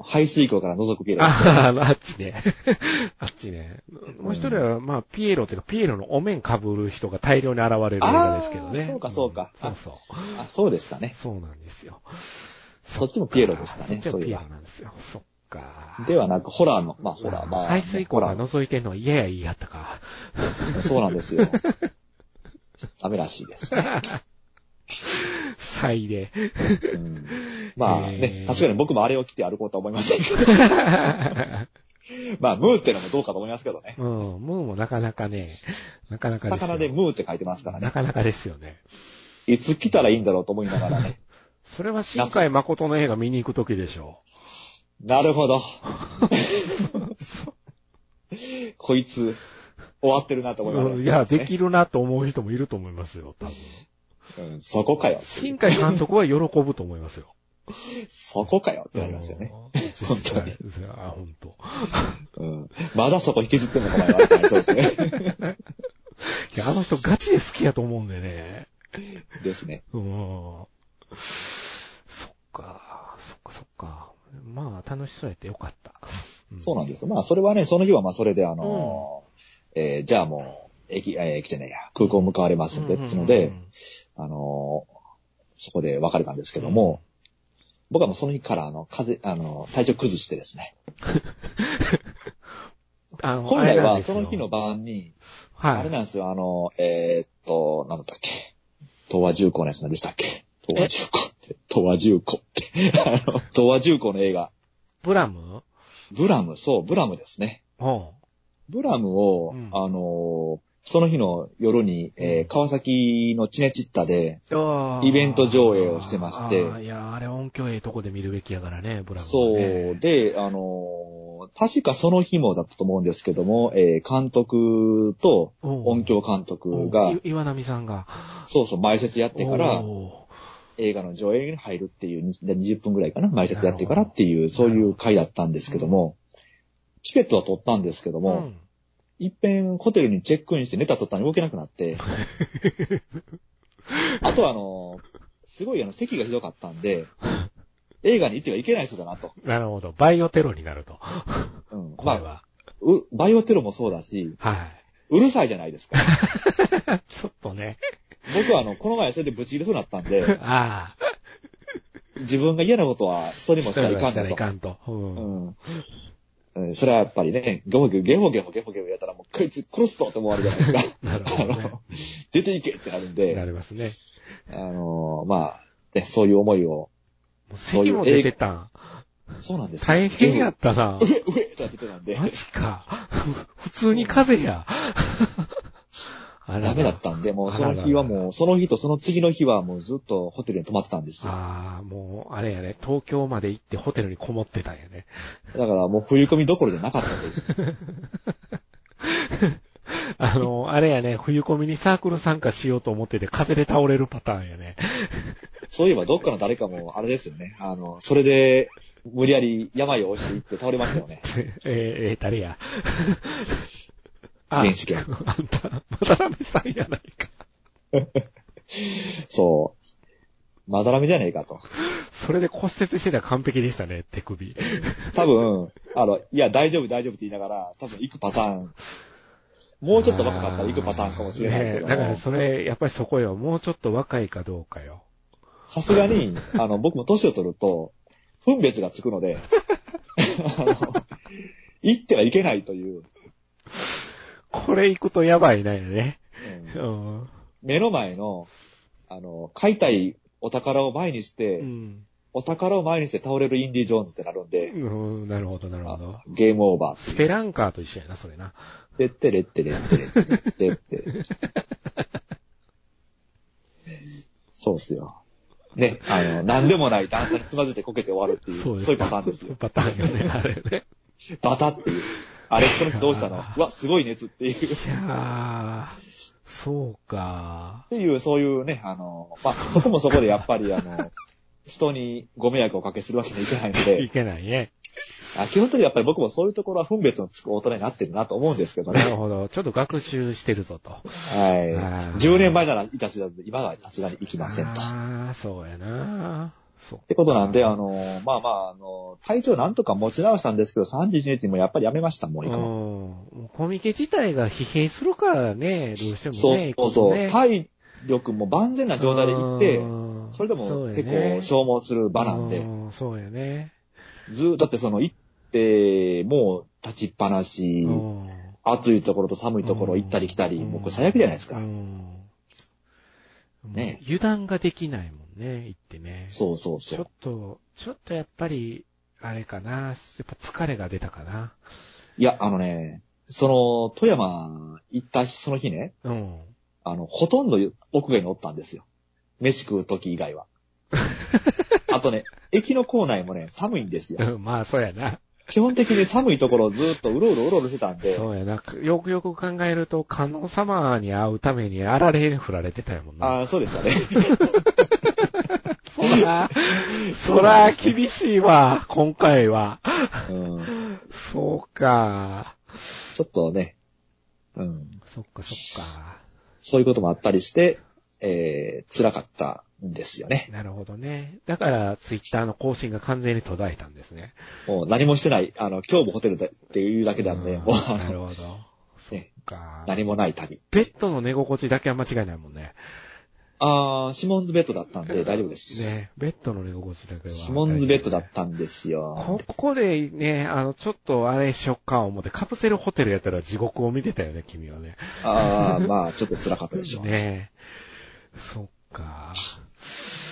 排水溝から覗くピエロ。
あっちね。あっちね。もう一人は、まあ、ピエロっていうか、ピエロのお面被る人が大量に現れる映画ですけどね。
そうか。
そう。
そうでしたね。
そうなんですよ。
そっちもピエロでしたね。
そっちもピエロなんですよ。そっか。
ではなく、ホラーの、
排水溝が覗いてんのは嫌や言いやったか。
そうなんですよ。ダメらしいです。
祭で。
まあね、確かに僕もあれを着て歩こうとは思いませんけど。まあ、ムーってのもどうかと思いますけどね。
ムーもなかなかね、なかなかですよ。
魚でムーって書いてますからね。
なかなかですよね。
いつ来たらいいんだろうと思いながらね。
それは新海誠の映画見に行くときでしょ
う。なるほど。こいつ、終わってるなと思います、ね。
いや、できるなと思う人もいると思いますよ、多分。
そこかよ。
新海監督は喜ぶと思いますよ。
そこかよってなりますよね。本当に。
本当。
まだそこ引きずってんのかなそうですね。
いや、あの人ガチで好きやと思うんでね。
ですね。
そっか。まあ、楽しそうやってよかった。
そうなんですよ。まあ、それはね、その日はまあ、それでじゃあもう、駅じゃねえや、空港向かわれますんで、ってので、そこで別れたんですけども、僕はもうその日から体調崩してですね。本来はその日の晩に、あれなんですよ、なんだったっけ、東和重工のやつなんでしたっけ、東和重工の映画。
ブラム
ブラムですね。ブラムを、その日の夜に、川崎のチネチッタで、イベント上映をしてまして。
いや、あれ音響とこで見るべきやからね、ブラム、ね。
そう。で、確かその日もだったと思うんですけども、監督と音響監督が、
岩波さんが。
そう、前説やってから、映画の上映に入るっていう、20分ぐらいかな、前説やってからっていう、そういう回だったんですけども、チケットは取ったんですけども、一遍ホテルにチェックインして寝た途端に動けなくなって、あとすごい席がひどかったんで、映画に行ってはいけない人だなと。
なるほど。バイオテロになると。
まあ、バイオテロもそうだし、うるさいじゃないですか。
ちょっとね。
僕はこの前それでブチ切れそうになったんで、自分が嫌なことは人にもしたらいかんと。それはやっぱりね、ゲホゲホやったらもうこいつ殺すぞって思われるじゃないですか。
なるほど、ね。
出ていけってなるんで。
なりますね。
ね、そういう思いを。
席も出てたん。
そうなんです。
大変やったな。
うえってなってたんで。
マジか。普通に風邪や。
ダメだったんで、もうその日はもう、その日とその次の日はもうずっとホテルに泊まってたんですよ。
もう、あれやね、東京まで行ってホテルにこもってたんやね。
だからもう冬込みどころじゃなかったという。
あれやね、冬込みにサークル参加しようと思ってて風で倒れるパターンやね。
そういえばどっかの誰かも、あれですよね。それで、無理やり病を押していって倒れましたよね。
誰や。
原始圏。
あんた、まだらめさんやないか。
そう。まだらめじゃねえかと。
それで骨折してたら完璧でしたね、手首。
多分、いや、大丈夫って言いながら、多分行くパターン。もうちょっと若かったら行くパターンかもしれないけど。
だからそれ、やっぱりそこよ。もうちょっと若いかどうかよ。
さすがに、僕も年を取ると、分別がつくので、行ってはいけないという。
これ行くとやばいなよね。
目の前の、買いたいお宝を前にして、お宝を前にして倒れるインディ・ジョーンズってなるんで。
なるほど。
ゲームオーバー。
スペランカーと一緒やな、それな。
てってれってれってれってれって。そうっすよ。ね、なんでもない段差につまずいてこけて終わるっていう、そういうパターンですよ。
パターンよね、あれね。
バタっていう。あれ、この人どうしたの？うわ、すごい熱っていう。い
やー、そうか。
っていう、そういうね、そこもそこでやっぱり人にご迷惑をおかけするわけにはいけないので。
いけないね。
基本的にやっぱり僕もそういうところは分別のつく大人になってるなと思うんですけどね。
なるほど。ちょっと学習してるぞと。
はい。10年前ならいたしだ今はさすがに行きませんと。
そうやな。
ってことなんで、体調なんとか持ち直したんですけど、31日もやっぱりやめました、もう行くの。
コミケ自体が疲弊するからね、どうしてもね。
そう。体力も万全な状態で行って、それでも結構消耗する場なんで。
そうやね。
だって行って、もう立ちっぱなし、暑いところと寒いところ行ったり来たり、もうこれ最悪じゃないですか。
ね。油断ができないもんね、行ってね。
そう。
ちょっとやっぱり、あれかな、やっぱ疲れが出たかな。
いや、富山行ったその日ね、ほとんど屋外におったんですよ。飯食う時以外は。あとね、駅の構内もね、寒いんですよ。
まあ、そうやな。
基本的に寒いところをずっとうろうろしてたんで。
そうやな。よくよく考えると、観音様に会うためにあられ振られてたやもんな。
そうですかね。
そら厳しいわ、今回は。そうか。
ちょっとね。
そっか。
そういうこともあったりして、辛かったんですよね。
なるほどね。だから、ツイッターの更新が完全に途絶えたんですね。
もう何もしてない。今日もホテルっていうだけなんで、もう
なるほど。そっか。
何もない旅。
ベッドの寝心地だけは間違いないもんね。
シモンズベッドだったんで大丈夫です。
ね、ベッドの寝心地だけは。
シモンズベッドだったんですよ。
ここでね、ちょっとあれしよっか思って、カプセルホテルやったら地獄を見てたよね、君はね。
まあ、ちょっと辛かったでしょう。
ね。そっか。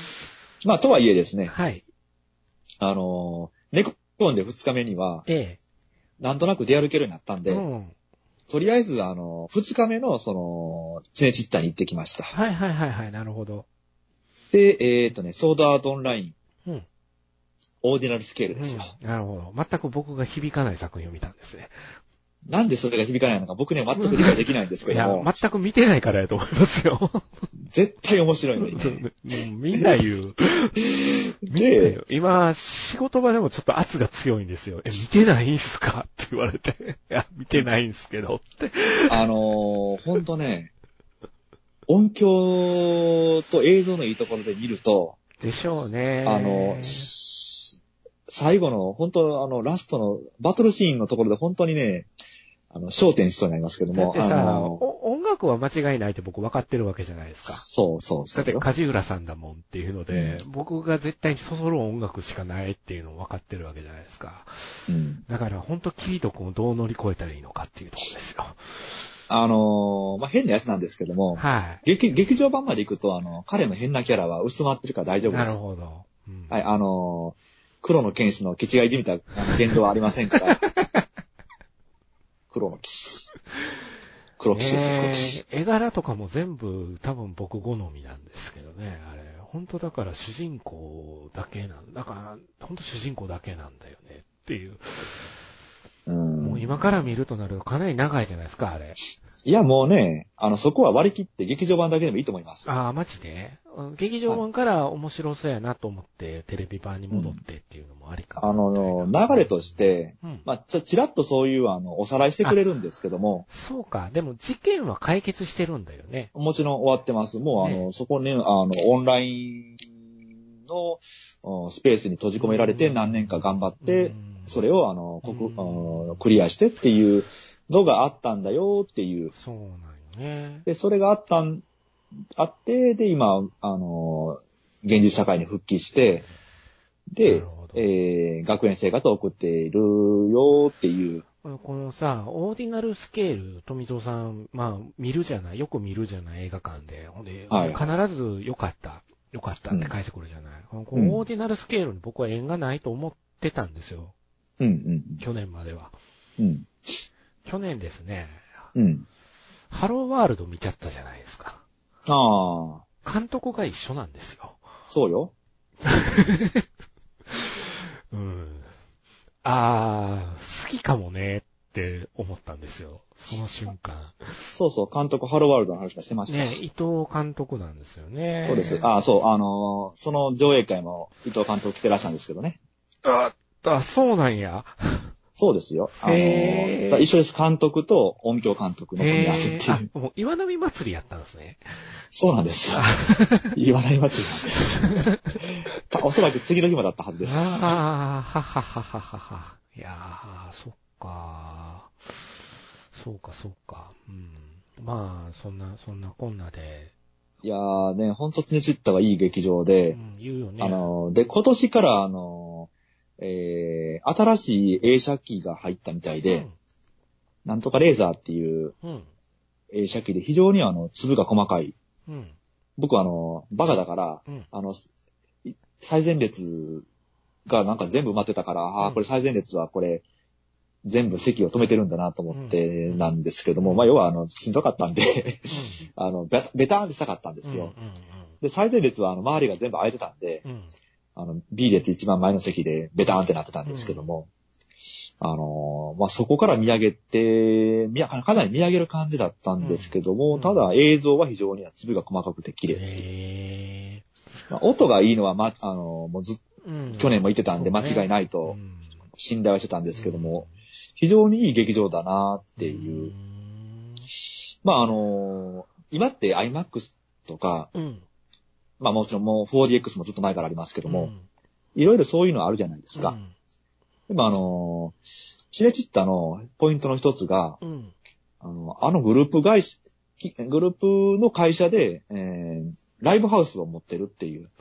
まあ、とはいえですね。
はい。
寝込んで2日目には、 なんとなく出歩けるようになったんで、とりあえず、2日目の、チネチッタに行ってきました。
はいはいはいはい、なるほど。
で、ソードアートオンライン。オーディナルスケールですよ。
なるほど。全く僕が響かない作品を見たんですね。
なんでそれが響かないのか僕ね、全く理解できないんですけども。
いや、全く見てないからやと思いますよ。
絶対面白いのにね。
みんな言う。で、今、仕事場でもちょっと圧が強いんですよ。見てないんすかって言われて。いや、見てないんすけどって。
ほんとね、音響と映像のいいところで見ると。
でしょうね。
最後の、本当ラストのバトルシーンのところで本当にね、焦点しそうになりますけども。
だってさ、音楽は間違いないって僕分かってるわけじゃないですか。
そうそうそう。
だって梶浦さんだもんっていうので、僕が絶対にそそる音楽しかないっていうのを分かってるわけじゃないですか。だから本当キリト君をどう乗り越えたらいいのかっていうところですよ。
変なやつなんですけども、
はい。
劇場版まで行くと、彼の変なキャラは薄まってるから大丈夫です。
なるほど。
はい、黒の剣士のケチがいじみた言動はありませんから。黒騎士ですよ、黒騎士。
絵柄とかも全部多分僕好みなんですけどね、あれ。本当だから主人公だけだから本当主人公だけなんだよねっていう。もう今から見るとなるとかなり長いじゃないですか、あれ。
いや、もうね、そこは割り切って劇場版だけでもいいと思います。
ああ、マジで劇場版から面白そうやなと思って、テレビ版に戻ってっていうのもありか
な。流れとして、ちらっとそういうおさらいしてくれるんですけども。
そうか。でも事件は解決してるんだよね。
もちろん終わってます。もうそこに、オンラインのスペースに閉じ込められて何年か頑張って、それをクリアしてっていうのがあったんだよっていう。
そうなんよね。
で、それがあって、で、今、現実社会に復帰して、で、学園生活を送っているよっていう。
このさ、オーディナルスケール、富蔵さん、見るじゃない、よく見るじゃない、映画館で。ほんで、必ず良かったって返してくるじゃない。このオーディナルスケールに僕は縁がないと思ってたんですよ。去年までは。去年ですね。ハローワールド見ちゃったじゃないですか。監督が一緒なんですよ。
そうよ。
好きかもねって思ったんですよ。その瞬間。
そうそう、監督ハローワールドの話がしてました。
ね、伊藤監督なんですよね。
そうです。その上映会も伊藤監督来てらっしゃるんですけどね。
そうなんや。
そうですよ。一緒です。監督と音響監督の組み合わせっていう。
もう岩波祭りやったんですね。
そうなんです。岩波祭りなんです。おそらく次の日もだったはずです。
いやー、そっか。そうか。そんなこんなで。
いやーね、ほんとチネチッタはいい劇場で。
言うよね。
で、今年から新しい映写機が入ったみたいで、なんとかレーザーっていう映写機で非常に粒が細かい。僕バカだから、最前列がなんか全部埋まってたから、これ最前列はこれ、全部席を止めてるんだなと思ってなんですけども、要はしんどかったんで、ベターンってしたかったんですよ。で、最前列は周りが全部空いてたんで、B 列一番前の席でベターンってなってたんですけども、そこから見上げて、かなり見上げる感じだったんですけども、ただ映像は非常に粒が細かくて綺麗。音がいいのは、もう去年も言ってたんで間違いないと信頼はしてたんですけども、非常にいい劇場だなっていう。今って IMAX とか、もちろんもう 4DX もずっと前からありますけども、いろいろそういうのあるじゃないですか。でもチネチッタのポイントの一つが、グループの会社で、ライブハウスを持ってるっていう。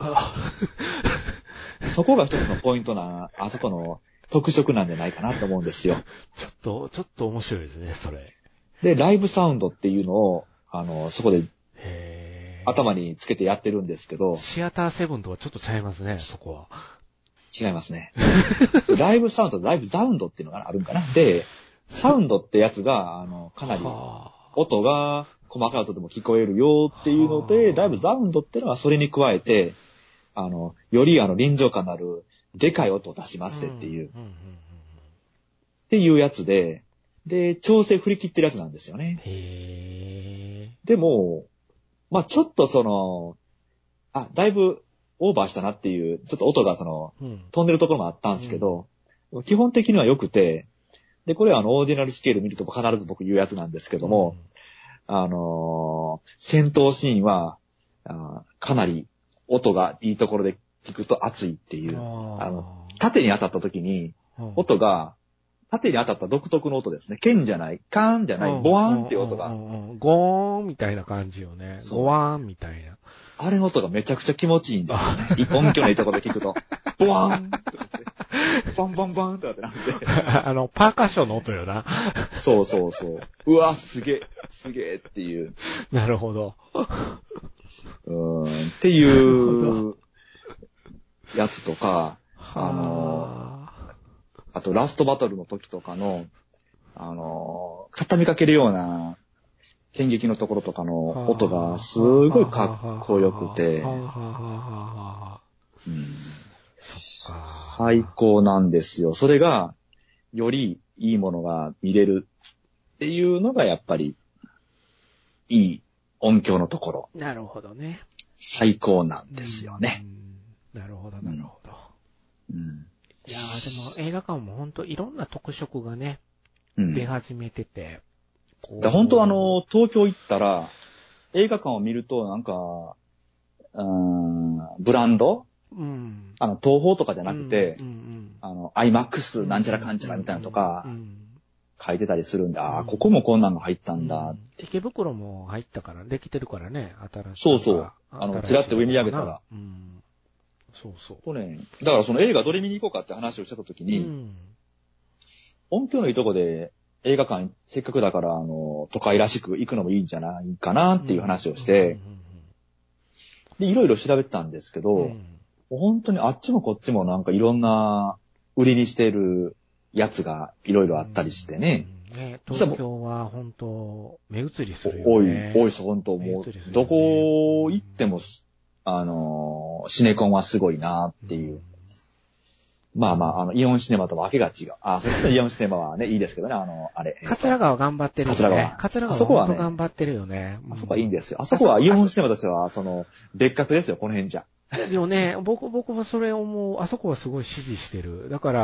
そこが一つのポイントあそこの特色なんじゃないかなと思うんですよ。
ちょっと面白いですね、それ。
で、ライブサウンドっていうのを、そこで、頭につけてやってるんですけど。
シアターセブンとはちょっと違いますね、そこは。
違いますね。ライブサウンド、ライブザウンドっていうのがあるんかな。で、サウンドってやつが、かなり、音が細かい音でも聞こえるよっていうので、ライブザウンドっていうのはそれに加えて、より臨場感のある、でかい音を出しますっていう、っていうやつで、で、調整振り切ってるやつなんですよね。でも、まあちょっとだいぶオーバーしたなっていう、ちょっと音が飛んでるところもあったんですけど、基本的には良くて、で、これはオーディナルスケール見ると必ず僕言うやつなんですけども、戦闘シーンは、かなり音がいいところで聞くと熱いっていう、縦に当たった時に、音が、縦に当たった独特の音ですね。剣じゃない、カーンじゃない、ボワーンっていう音が。
ゴーンみたいな感じよね。ゴワーンみたいな。
あれの音がめちゃくちゃ気持ちいいんですよね。音響のいいところで聞くと。ボワーンってなって。バンバンバンってなって。
パーカッションの音よな。
そう。うわ、すげえっていう。
なるほど。
っていうやつとか、あとラストバトルの時とかの、畳みかけるような剣撃のところとかの音がすごいかっこよくて、最高なんですよ。それが、よりいいものが見れるっていうのがやっぱり、いい音響のところ。
なるほどね。
最高なんですよね。
なるほど。いやーでも映画館も本当いろんな特色がね、出始めてて。
本当東京行ったら、映画館を見るとなんか、ブランド東宝とかじゃなくて、IMAX なんちゃらかんちゃらみたいなとか、書いてたりするんで、ここもこんなんが入ったんだ。
池袋も入ったから、できてるからね、新しい。
そう。ちらっと上見上げたら。
そう。
だからその映画どれ見に行こうかって話をしてた時に、音響のいいとこで映画館せっかくだから都会らしく行くのもいいんじゃないかなっていう話をして、で、いろいろ調べてたんですけど、本当にあっちもこっちもなんかいろんな売りにしているやつがいろいろあったりしてね。
東京は本当目移りするよね。
多いです、本当もう、どこ行っても、シネコンはすごいなっていう。イオンシネマとわけが違う。それこそイオンシネマはね、いいですけどね、あれ。
桂川頑張ってるよね。桂川は本当頑張ってるよね。
あそこはいいんですよ。あそこはイオンシネマとしては、別格ですよ、この辺じゃ。
でもね、僕はそれ思う。あそこはすごい支持してる。だから、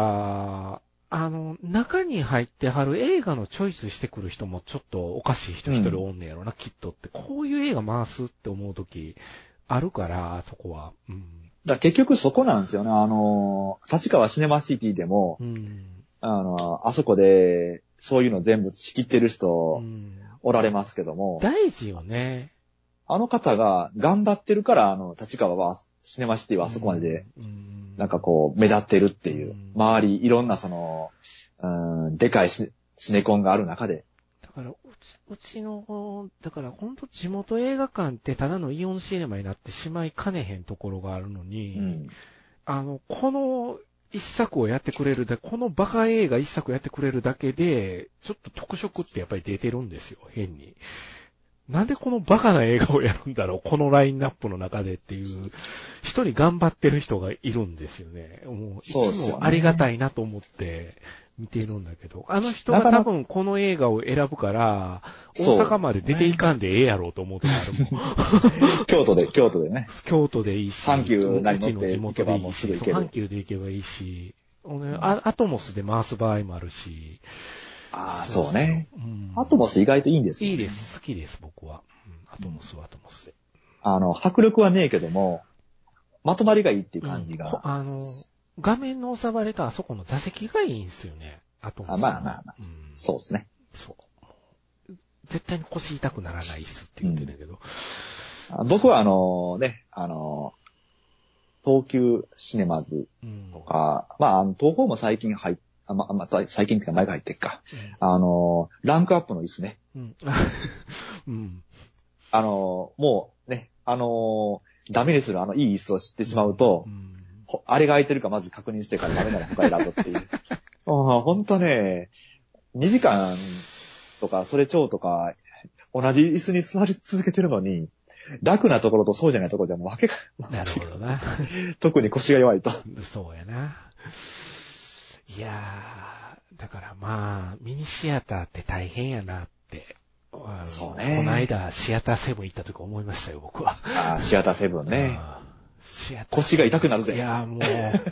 中に入ってはる映画のチョイスしてくる人もちょっとおかしい人一人おんねやろな、きっとって。こういう映画回すって思うときあるから、そこは。
結局そこなんですよね。立川シネマシティでも、あそこで、そういうの全部仕切ってる人、おられますけども。
大事よね。
あの方が頑張ってるから、立川は、シネマシティはあそこまで、なんかこう、目立ってるっていう。周り、いろんなでかいシネコンがある中で。
だから、うちの、だから本当地元映画館ってただのイオンシネマになってしまいかねへんところがあるのに、この一作をやってくれるこのバカ映画一作やってくれるだけで、ちょっと特色ってやっぱり出てるんですよ、変に。なんでこのバカな映画をやるんだろう、このラインナップの中でっていう、一人頑張ってる人がいるんですよね。もう、いつもありがたいなと思って見ているんだけど、あの人が多分この映画を選ぶから、大阪まで出ていかんでええやろうと思うとあるもん。
京都でね。
京都でいいし、
阪急なり乗って
地元でいいし、阪急で行けばいいし、アトモスで回す場合もあるし、
そうね。アトモス意外といいんですよ。
いいです。好きです、僕は。アトモスはアトモスで。
迫力はねえけども、まとまりがいいっていう感じが。
画面の収まりとあそこの座席がいいんですよね。アトモス。
まあ。そうですね。
そう。絶対に腰痛くならないっすって言ってるんだけど。
僕は東急シネマズとか、東宝も最近最近っていうか前が入ってっか。ランクアップの椅子ね。もうね、ダメにするいい椅子を知ってしまうと、 あれが空いてるかまず確認してからダメなら他選ぶっていう。ほんとね、2時間とかそれ超とか、同じ椅子に座り続けてるのに、楽なところとそうじゃないところじゃもうわけが。
なるほどな。
特に腰が弱いと。
そうやな。いやー、だからまあ、ミニシアターって大変やなって。
そうね。
この間、シアターセブン行った時思いましたよ、僕は。
ああ、シアターセブンね。腰が痛くなるぜ。
いや、もう、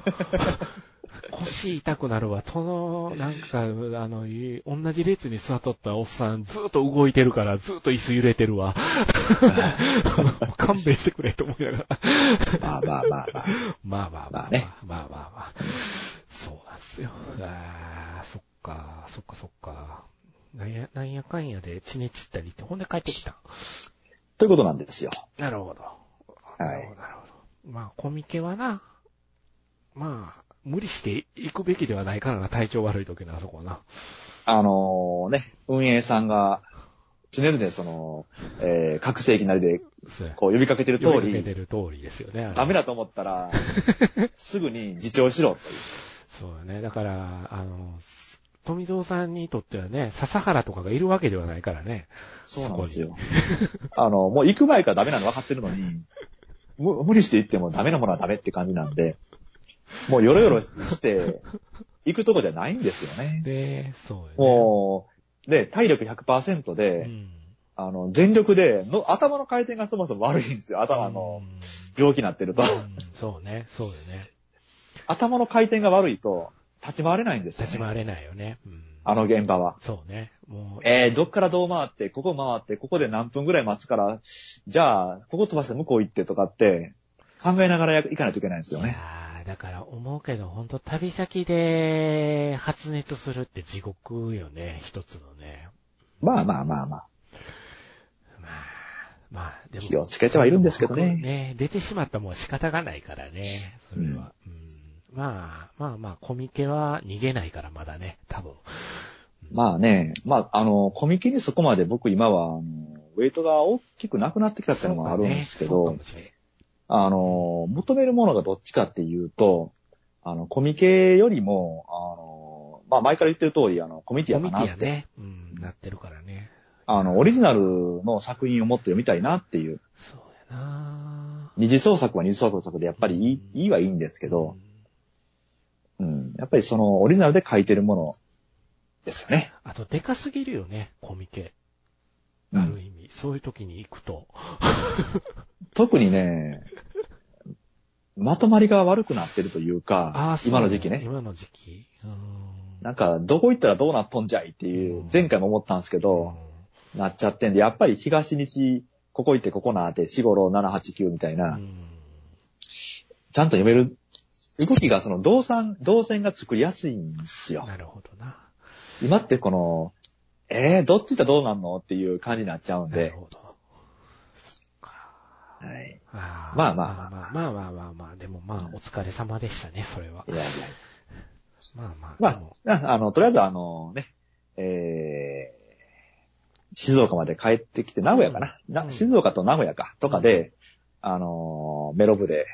腰痛くなるわ。なんか、同じ列に座っとったおっさん、ずっと動いてるから、ずっと椅子揺れてるわ。勘弁してくれと思いながら。
まあ。
まあ。そうなんですよ。そっか。なんやかんやで血ねちったりって、ほんで帰ってきた。
ということなんですよ。
なるほど。なるほど。まあ、コミケはな、まあ、無理して行くべきではないからな、体調悪い時のあそこはな。
運営さんが、常々拡声器なりで、こう呼びかけてる通り。
呼びかけてる通りですよね。
ダメだと思ったら、すぐに自重しろという。
そうよね。だから、富蔵さんにとってはね、笹原とかがいるわけではないからね。
そうなんですよ。もう行く前からダメなの分かってるのに、無理して行ってもダメなものはダメって感じなんで、もうヨロヨロして、行くとこじゃないんですよね。
そうよね。
もう、で、体力 100% で、全力で頭の回転がそもそも悪いんですよ。頭の病気になってると。
そうね、そうよね。
頭の回転が悪いと、立ち回れないんですよね。
立ち回れないよね。
現場は。
そうね。も
うどっからどう回って、ここ回って、ここで何分ぐらい待つから、じゃあ、ここ飛ばして向こう行ってとかって、考えながら行かないといけないんですよね。
だから思うけど、本当旅先で発熱するって地獄よね、一つのね。
まあ。でも気をつけてはいるんですけどね。
出てしまったもん仕方がないからね、それは。まあ、コミケは逃げないからまだね、多分。
まあね、コミケにそこまで僕今は、ウェイトが大きくなくなってきたっていうのもあるんですけど、求めるものがどっちかっていうと、コミケよりも、前から言ってる通り、コミティアかなって。
コミティアね。なってるからね。
オリジナルの作品をもっと読みたいなっていう。
そうやな。
二次創作は二次創作でやっぱりいいはいいんですけど、やっぱりそのオリジナルで書いてるものですよね。
あと、でかすぎるよね、コミケ。ある意味、そういう時に行くと。
特にね、まとまりが悪くなってるというか、今の時期ね。
今の時期。
なんか、どこ行ったらどうなっとんじゃいっていう、前回も思ったんですけど、なっちゃってんで、やっぱり東西、ここ行ってここなって、4、5、6、7、8、9みたいな、ちゃんと読める、動きがその動線が作りやすいんですよ。
なるほどな。
今ってこの、どっち行ったらどうなんのっていう感じになっちゃうんで。
なるほど。
はい。
まあ、でもお疲れ様でしたね、それは。
いや。
まあ、
とりあえず静岡まで帰ってきて、名古屋かな、静岡と名古屋か、とかで、メロブで、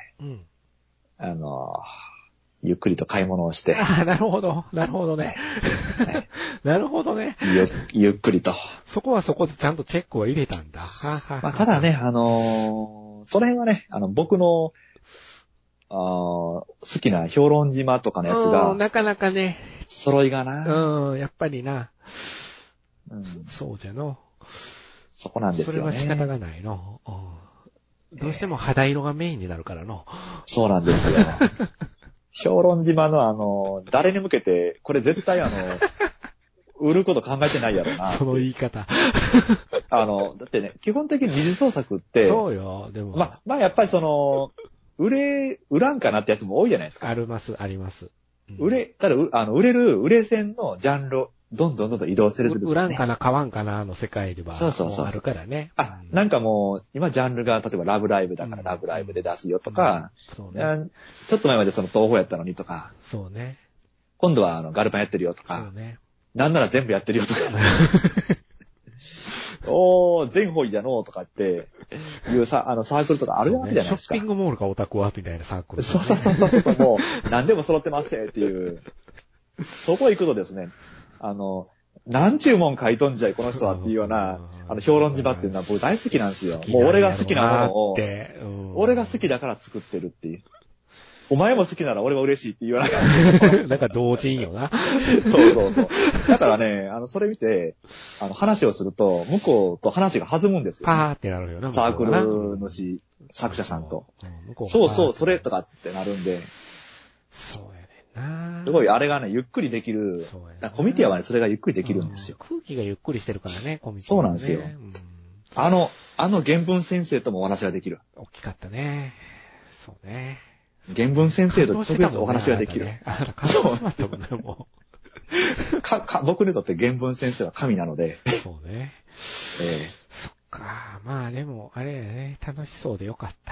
ゆっくりと買い物をして。
なるほどね。なるほどね。
ゆっくりと。
そこはそこでちゃんとチェックを入れたんだ。
ただね、その辺はね、僕の、好きな評論島とかのやつが、
なかなかね、
揃いがな。
やっぱりな。そうじゃの。
そこなんですよね。
それは仕方がないの。どうしても肌色がメインになるからの。
そうなんですよ。評論島の誰に向けて、これ絶対売ること考えてないやろな。
その言い方。
だってね、基本的に二次創作って、
そうよ、でも。
やっぱり売らんかなってやつも多いじゃないですか。
あります。
売れ線のジャンル、どんどん移動してるってこと
売らんかな、買わんかなの世界では。そう。あるからね。
なんかもう、今ジャンルが、例えばラブライブだからラブライブで出すよとか、
そうね。
ちょっと前まで東宝やったのにとか、
そうね。
今度はガルパンやってるよとか、
そうね。
なんなら全部やってるよとか。 全方位やのとかっていうサークルとかあるわけじゃないですか。
ショッピングモールかオタクはみたいなサークル、ね。
そう、もう何でも揃ってますっていう。そこ行くとですね、何ちゅうもん書いとんじゃい、この人はっていうような、評論島っていうのは僕大好きなんですよ。もう俺が好きなものを、俺が好きだから作ってるっていう。お前も好きなら俺は嬉しいっていうような感
じ。なんか同人よな。
そう。だからね、それ見て、話をすると、向こうと話が弾むんですよ、ね。
パーってなるよな、
サークルの作者さんと。そう、それとかってなるんで。
そうやねんな。
すごい、あれがね、ゆっくりできる。コミティアはね、それがゆっくりできるんですよ。
空気がゆっくりしてるからね、コミティア、
そうなんですよ。あの原文先生ともお話ができる。
大きかったね。そうね。
原文先生と直接お話ができる。
そう。ったもんね、も
う。僕にとって原文先生は神なので。
そうね。そっか。まあでも、あれやね、楽しそうでよかった。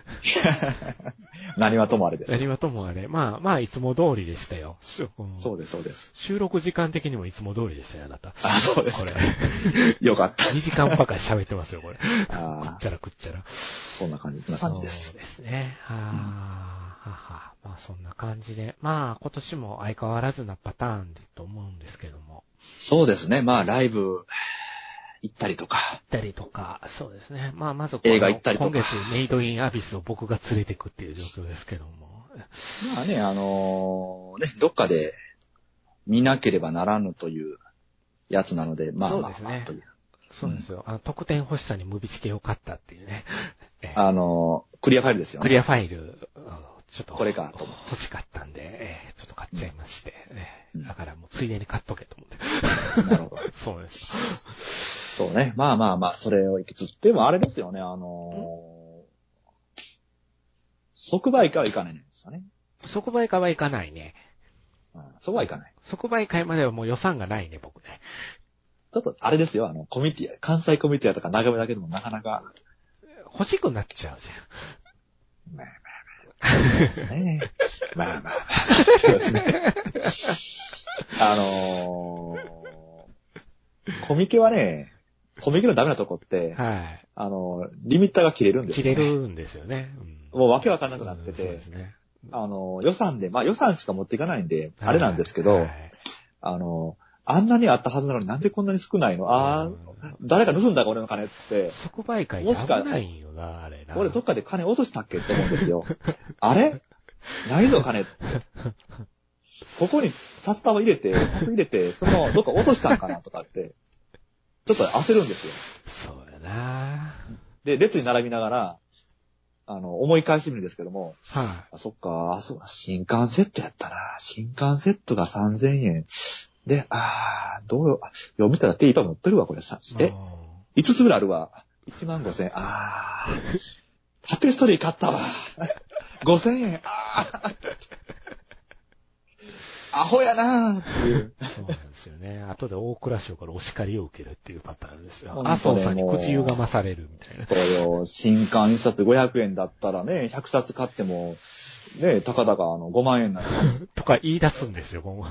何はともあれです。
何はともあれ。まあ、いつも通りでしたよ。
そうです。
収録時間的にもいつも通りでしたよ、あなた。
そうです。
これ。
よかった。
2時間ばかり喋ってますよ、これ。くっちゃら。
そんな感じです。
そうですね。まあ、そんな感じで。まあ、今年も相変わらずなパターンだと思うんですけども。
そうですね。まあ、ライブ、行ったりとか、
そうですね。まあ、まず
映画行ったりとか。
今月、メイドインアビスを僕が連れてくっていう状況ですけども。
まあね、どっかで見なければならぬというやつなので、まあ、
そうですね。そうですよ。得点欲しさにムビチケを買ったっていうね。
クリアファイルですよね。
クリアファイル、ちょっと、
これかと思って。
欲しかったんで、ちょっと買っちゃいまして。だからもうついでに買っとけと思って。
なるほど。
そうです。
そうね。まあ、それをいきつつ。でもあれですよね、即売会はいかないんですよね。
即売会はいかないね。
そこはいかない。
即売会まではもう予算がないね、僕ね。
ちょっとあれですよ、コミティア、関西コミティアとか眺めだけでもなかなか。
欲しくなっちゃうじゃん。
まあ。そうですね。まあ。そうですね。コミケはね、コミケのダメなとこって、リミッターが切れるんですよね。
切れるんですよね。
もうわけわかんなくなってて、
そうですね。
予算で、まあ予算しか持っていかないんで、あれなんですけど、あんなにあったはずなのになんでこんなに少ないの？誰か盗んだか俺の金って。
即売会危ないよな、あれな。
俺どっかで金落としたっけって思うんですよ。あれないぞ金って。ここに札束入れて、そのどっか落としたんかなとかって、ちょっと焦るんです
よ。そうやな。
で、列に並びながら、思い返してみるんですけども、そっか、新幹セットやったな。新幹セットが3000円。で、見たら手いっぱい持ってるわ、これさ。5つぐらいあるわ。15,000円。タペストリー買ったわ。5,000円。アホやなーっていう。
そうなんですよね。後で大蔵省からお叱りを受けるっていうパターンですよ。麻生さんに口歪まされるみたいな。
そうよ。新刊1冊500円だったらね、100冊買っても、ね、たかだか5万円なの。
とか言い出すんですよ、今後。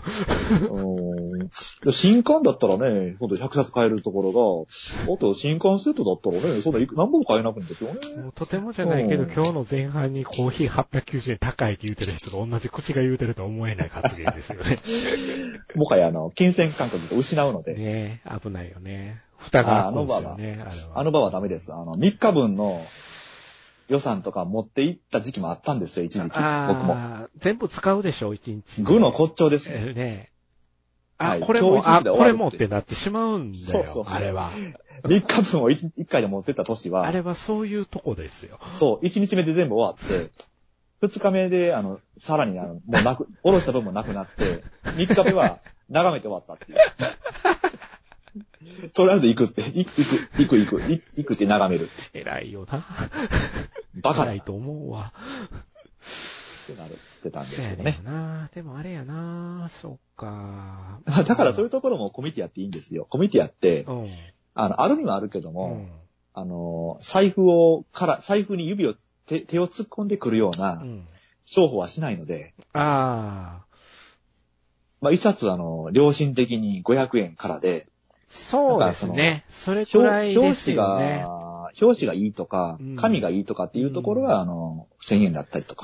新刊だったらね、今度100冊買えるところが、あと新刊セットだったらね、そんな何本買えなくんですよね。
もうとてもじゃないけど、今日の前半にコーヒー890円高いって言うてる人と同じ口が言うてるとは思えない発言ですよね。
もはや金銭感覚を失うので。
ね危ないよね。蓋が開くんですよね。
あの場はダメです。3日分の予算とか持って行った時期もあったんですよ、一時期。僕も。
全部使うでしょ、1日。
具の骨頂ですね。
これもってなってしまうんだよ、そうあれは。
3日分を1回で持ってった年は。
あれはそういうとこですよ。
そう、1日目で全部終わって、2日目で、さらにもうおろした分もなくなって、3日目は眺めて終わったっていう。とりあえず行くって眺める。
偉いよな。
バカ
偉いと思うわ。
ってなってたんですけどね。
でもあれやな、そっか。
だからそういうところもコミティアっていいんですよ。コミティアって、あるにはあるけども、財布に手を突っ込んでくるような商法はしないので、まあ一冊良心的に500円からで、
そうですね。それくらいですよね。
表紙がいいとか、紙がいいとかっていうところは、1000円だったりとか。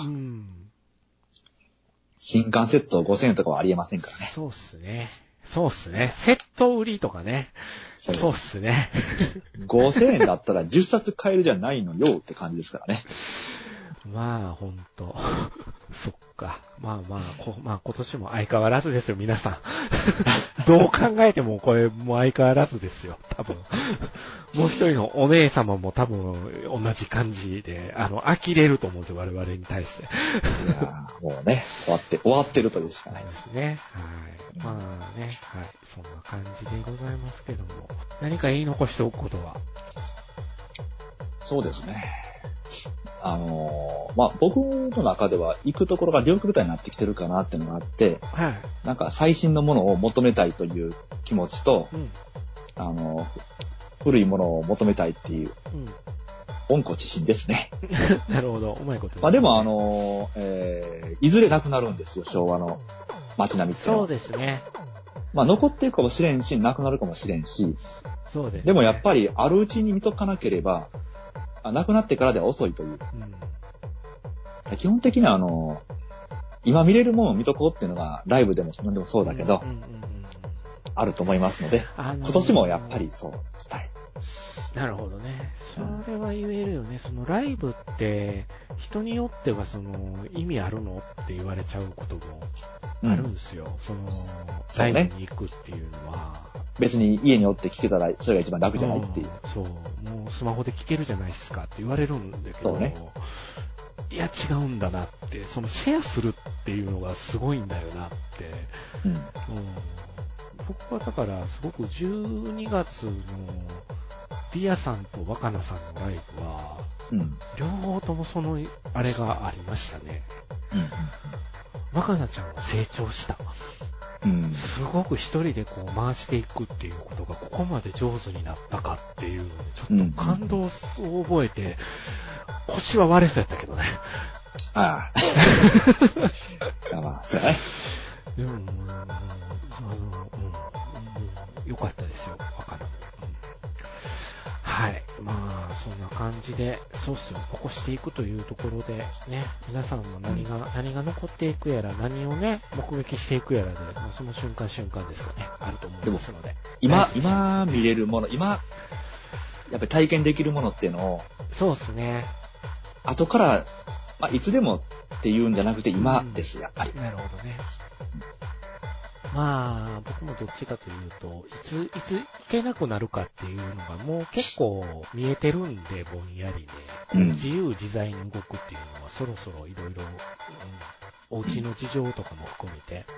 新刊セット5000円とかはありえませんからね。
そうっすね。そうっすね。セット売りとかね。そうっすね。
5000円だったら10冊買えるじゃないのよって感じですからね。
まあ、ほんと。そっか。まあ、今年も相変わらずですよ、皆さん。どう考えてもこれもう相変わらずですよ、多分。もう一人のお姉様も多分同じ感じで、呆れると思うんですよ、我々に対して。い
やもうね、終わってるというしかないです
ね。はい。まあね、はい。そんな感じでございますけども。何か言い残しておくことは？
そうですね。僕の中では行くところが両極端になってきてるかなっていうのがあって、はい、なんか最新のものを求めたいという気持ちと、古いものを求めたいっていう、温故知新ですね。
なるほど、うまいこと、
でもいずれなくなるんですよ、昭和の街並みって。
そうですね。
残っていくかもしれんし、なくなるかもしれんし、
そうですね。
でもやっぱりあるうちに見とかなければ、なくなってからでは遅いという。基本的には今見れるものを見とこうっていうのがライブでも何でもそうだけど、あると思いますので、今年もやっぱりそうしたい。
なるほどね。それは言えるよね。そのライブって人によっては意味あるのって言われちゃうこともあるんですよ。ライブに行くっていうのは。
別に家におって聞けたらそれが一番楽じゃないっていう。
そう。もうスマホで聞けるじゃないですかって言われるんだけど、そうね、いや違うんだなって、シェアするっていうのがすごいんだよなって。僕はだからすごく12月のディアさんと若菜さんのライブは、両方ともあれがありましたね。若菜ちゃんは成長した。すごく一人で回していくっていうことがここまで上手になったかっていうので、ちょっと感動を覚えて、腰は割れそうやったけどね。
ああ。そうやね。
でも、よかったですよ、若菜も。はい。そんな感じで、そうっすよ、残していくというところで、ね、皆さんも何が残っていくやら、何をね、目撃していくやらで、その瞬間瞬間ですかね、あると思いますので。
今見れるもの、やっぱり体験できるものっていうのを、
そうですね。
後から、いつでもっていうんじゃなくて今です、やっぱり。
なるほどね。僕もどっちかというと、いつ行けなくなるかっていうのがもう結構見えてるんで、ぼんやりね。自由自在に動くっていうのはそろそろいろいろ、お家の事情とかも含めて、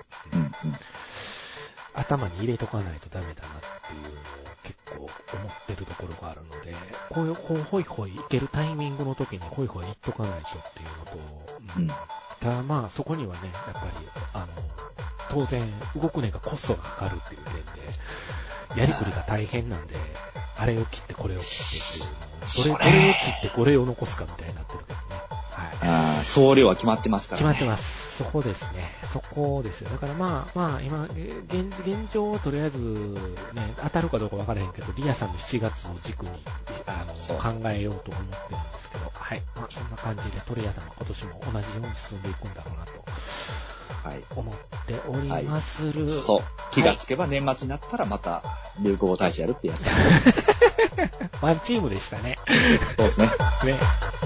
頭に入れとかないとダメだなっていうのを結構思ってるところがあるので、こういうホイホイ行けるタイミングの時にホイホイ行っとかないとっていうのと、ただそこにはね、やっぱり、当然、動くねがコストがかかるっていう点で、やりくりが大変なんで、あれを切ってこれを切ってっていうのを、どれを切ってこれを残すかみたいになってるけどね。
はい。総量は決まってますからね。
決まってます。そこですね。そこですよ。だから今、現状とりあえず、ね、当たるかどうか分からへんけど、リアさんの7月を軸に、考えようと思ってるんですけど、はい。そんな感じで、鳥屋さんは今年も同じように進んでいくんだろうなと。思っておりまする。
そう。気がつけば年末になったらまた流行語大使やるってやつ。
ワンチームでしたね。
そうですね。
ね。